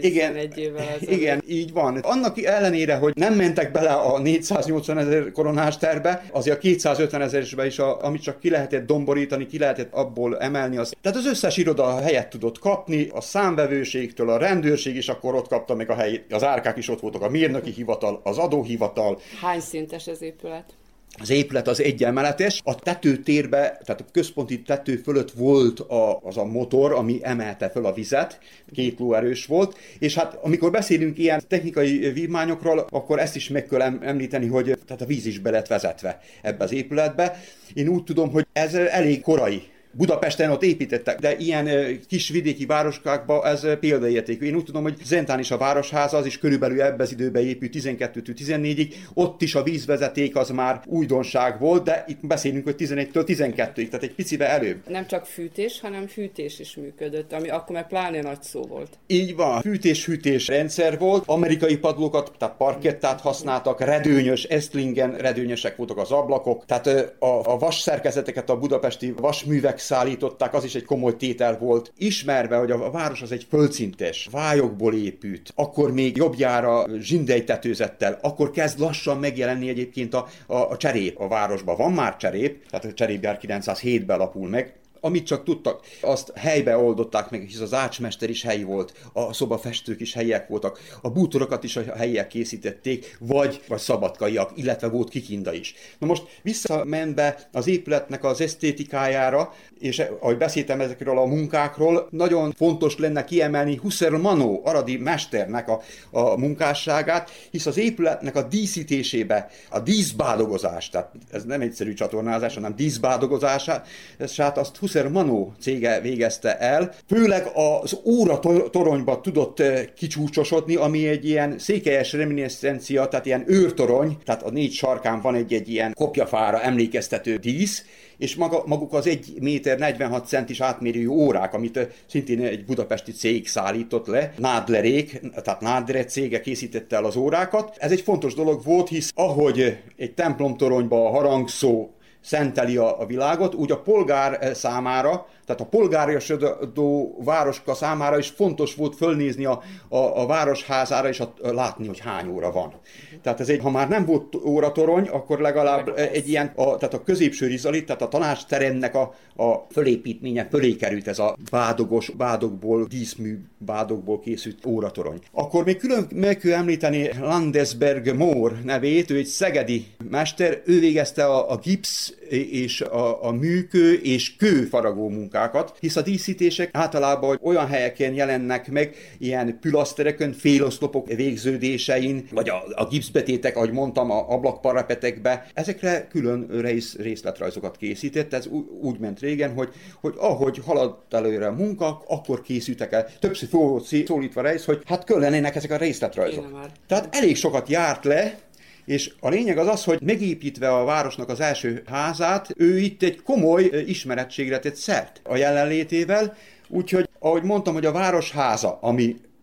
111 évvel ezelőtt. Igen, így van. Annak ellenére, hogy nem mentek bele a 480 000 koronás tervbe, azért a 250 000-esbe is, amit csak ki lehetett domborítani, ki lehetett abból emelni. Tehát az összes iroda helyet tudott kapni, a számvevőségtől a rendőrség is akkor ott kapta meg a helyét, az árkák is ott voltak, a mérnöki hivatal, az adóhivatal. Hány szintes az épület? Az épület az egyemeletes, a tetőtérbe, tehát a központi tető fölött volt az a motor, ami emelte föl a vizet, 2 lóerős volt, és hát amikor beszélünk ilyen technikai vívmányokról, akkor ezt is meg kell említeni, hogy tehát a víz is be lett vezetve ebbe az épületbe. Én úgy tudom, hogy ez elég korai. Budapesten ott építettek, de ilyen kis vidéki városkákban ez példaértékű. Én úgy tudom, hogy Zentán is a Városháza, az is körülbelül ebben az időben épült 12-től 14-ig, ott is a vízvezeték az már újdonság volt, de itt beszélünk, hogy 11-től 12-ig, tehát egy picivel előbb. Nem csak fűtés, hanem fűtés is működött, ami akkor meg pláne nagy szó volt. Így van, fűtés-hűtés rendszer volt, amerikai padlókat, tehát parkettát használtak, redőnyös, Estlingen redőnyösek voltak az ablakok, tehát a vas szerkezeteket a budapesti vasművek szállították, az is egy komoly tétel volt. Ismerve, hogy a város az egy földszintes, vályokból épült, akkor még jobbjára zsindelytetőzettel, akkor kezd lassan megjelenni egyébként a cserép a városban. Van már cserép, tehát a cserépgyár 907-ben alapul meg, amit csak tudtak, azt helybe oldották meg, hisz az ácsmester is helyi volt, a szobafestők is helyiek voltak, a bútorokat is a helyiek készítették, vagy szabadkaiak, illetve volt kikinda is. Na most visszamenve az épületnek az esztétikájára, és ahogy beszéltem ezekről a munkákról, nagyon fontos lenne kiemelni Husserl Manó, aradi mesternek a munkásságát, hisz az épületnek a díszítésébe, a díszbádogozás, tehát ez nem egyszerű csatornázás, hanem díszbádogozását, azt Husserl Manó cége végezte el. Főleg az óratoronyba tudott kicsúcsosodni, ami egy ilyen székelyes reminiszencia, tehát ilyen őrtorony, tehát a 4 sarkán van egy ilyen kopjafára emlékeztető dísz, és maguk az 1 méter 46 centis átmérőjű órák, amit szintén egy budapesti cég szállított le, Nádlerék, tehát Nádler cége készítette el az órákat. Ez egy fontos dolog volt, hisz ahogy egy templomtoronyba a harangszó szenteli a világot, úgy a polgár számára, tehát a polgárosodó városka számára is fontos volt fölnézni a városházára, és látni, hogy hány óra van. Tehát ez ha már nem volt óratorony, akkor legalább egy ilyen, tehát a középső rizalit, tehát a tanácsteremnek a fölépítménye fölé került ez a bádogból, díszmű bádogból készült óratorony. Akkor még külön meg kell említeni Landesberg Mór nevét, ő egy szegedi mester, ő végezte a gipsz és a műkő és kőfaragó munkákat, hisz a díszítések általában olyan helyeken jelennek meg, ilyen pilasztereken, féloszlopok végződésein, vagy a gipszbetétek, ahogy mondtam, a ablakparapetekbe. Ezekre külön részletrajzokat készített, ez úgy ment régen, hogy ahogy haladt előre a munka, akkor készültek el. Többször szólítva Reisz, hogy hát küllenének ezek a részletrajzok. Tehát elég sokat járt le, és a lényeg az, hogy megépítve a városnak az első házát, ő itt egy komoly ismerettségre tett szert a jelenlétével, úgyhogy, ahogy mondtam, hogy a városháza, ami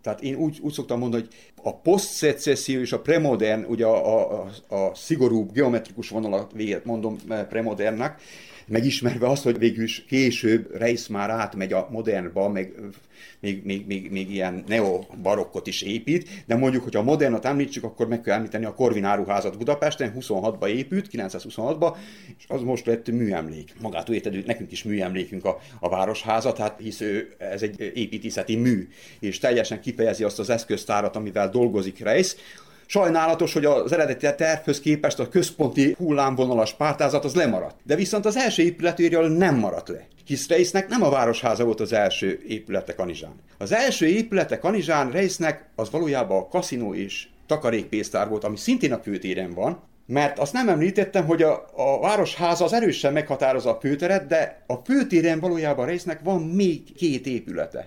Tehát én úgy szoktam mondani, hogy a posztszecesszió és a premodern, ugye a szigorúbb geometrikus vonalat véget mondom premodernnak, megismerve azt, hogy végül is később Reisz már átmegy a modernba, meg még ilyen neobarokkot is épít, de mondjuk, hogy a modernat említsük, akkor meg kell említeni a Korvin áruházat Budapesten, 26-ba épült, 926-ba, és az most lett műemlék. Magától érted, nekünk is műemlékünk a Városháza, hát hisz ez egy építészeti mű, és teljesen kifejezi azt az eszköztárat, amivel dolgozik Reisz. Sajnálatos, hogy az eredeti tervhöz képest a központi hullámvonalas pártázat az lemaradt. De viszont az első épületéről nem maradt le. Hisz Reisznek nem a Városháza volt az első épülete Kanizsán. Az első épülete Kanizsán Reisznek az valójában a kaszinó és takarékpénztár volt, ami szintén a főtéren van, mert azt nem említettem, hogy a Városháza az erősen meghatározza a főteret, de a főtéren valójában Reisznek van még 2 épülete.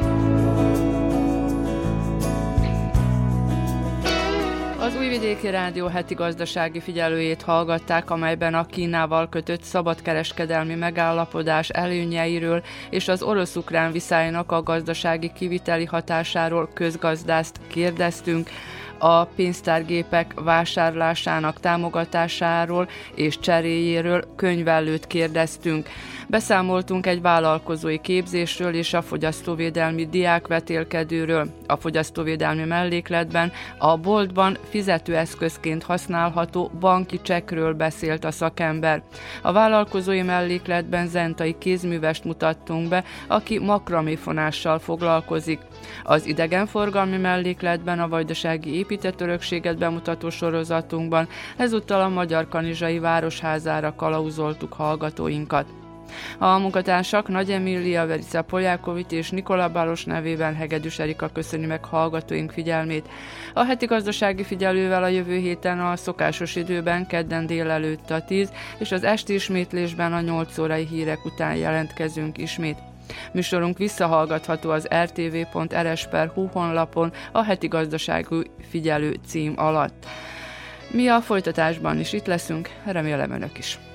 Az Újvidéki Rádió heti gazdasági figyelőjét hallgatták, amelyben a Kínával kötött szabadkereskedelmi megállapodás előnyeiről és az orosz-ukrán viszálynak a gazdasági kiviteli hatásáról közgazdászt kérdeztünk, a pénztárgépek vásárlásának támogatásáról és cseréjéről könyvellőt kérdeztünk. Beszámoltunk egy vállalkozói képzésről és a fogyasztóvédelmi diákvetélkedőről. A fogyasztóvédelmi mellékletben a boltban fizetőeszközként használható banki csekkről beszélt a szakember. A vállalkozói mellékletben zentai kézművest mutattunk be, aki makraméfonással foglalkozik. Az idegenforgalmi mellékletben a vajdasági épített örökséget bemutató sorozatunkban ezúttal a Magyar-Kanizsai Városházára kalauzoltuk hallgatóinkat. A munkatársak Nagy Emília, Verica Poljákovics és Nikola Bálos nevében Hegedűs Erika köszöni meg hallgatóink figyelmét. A heti gazdasági figyelővel a jövő héten a szokásos időben kedden délelőtt a 10 és az esti ismétlésben a 8 órai hírek után jelentkezünk ismét. Műsorunk visszahallgatható az rtv.rs.hu honlapon a heti gazdasági figyelő cím alatt. Mi a folytatásban is itt leszünk, remélem önök is.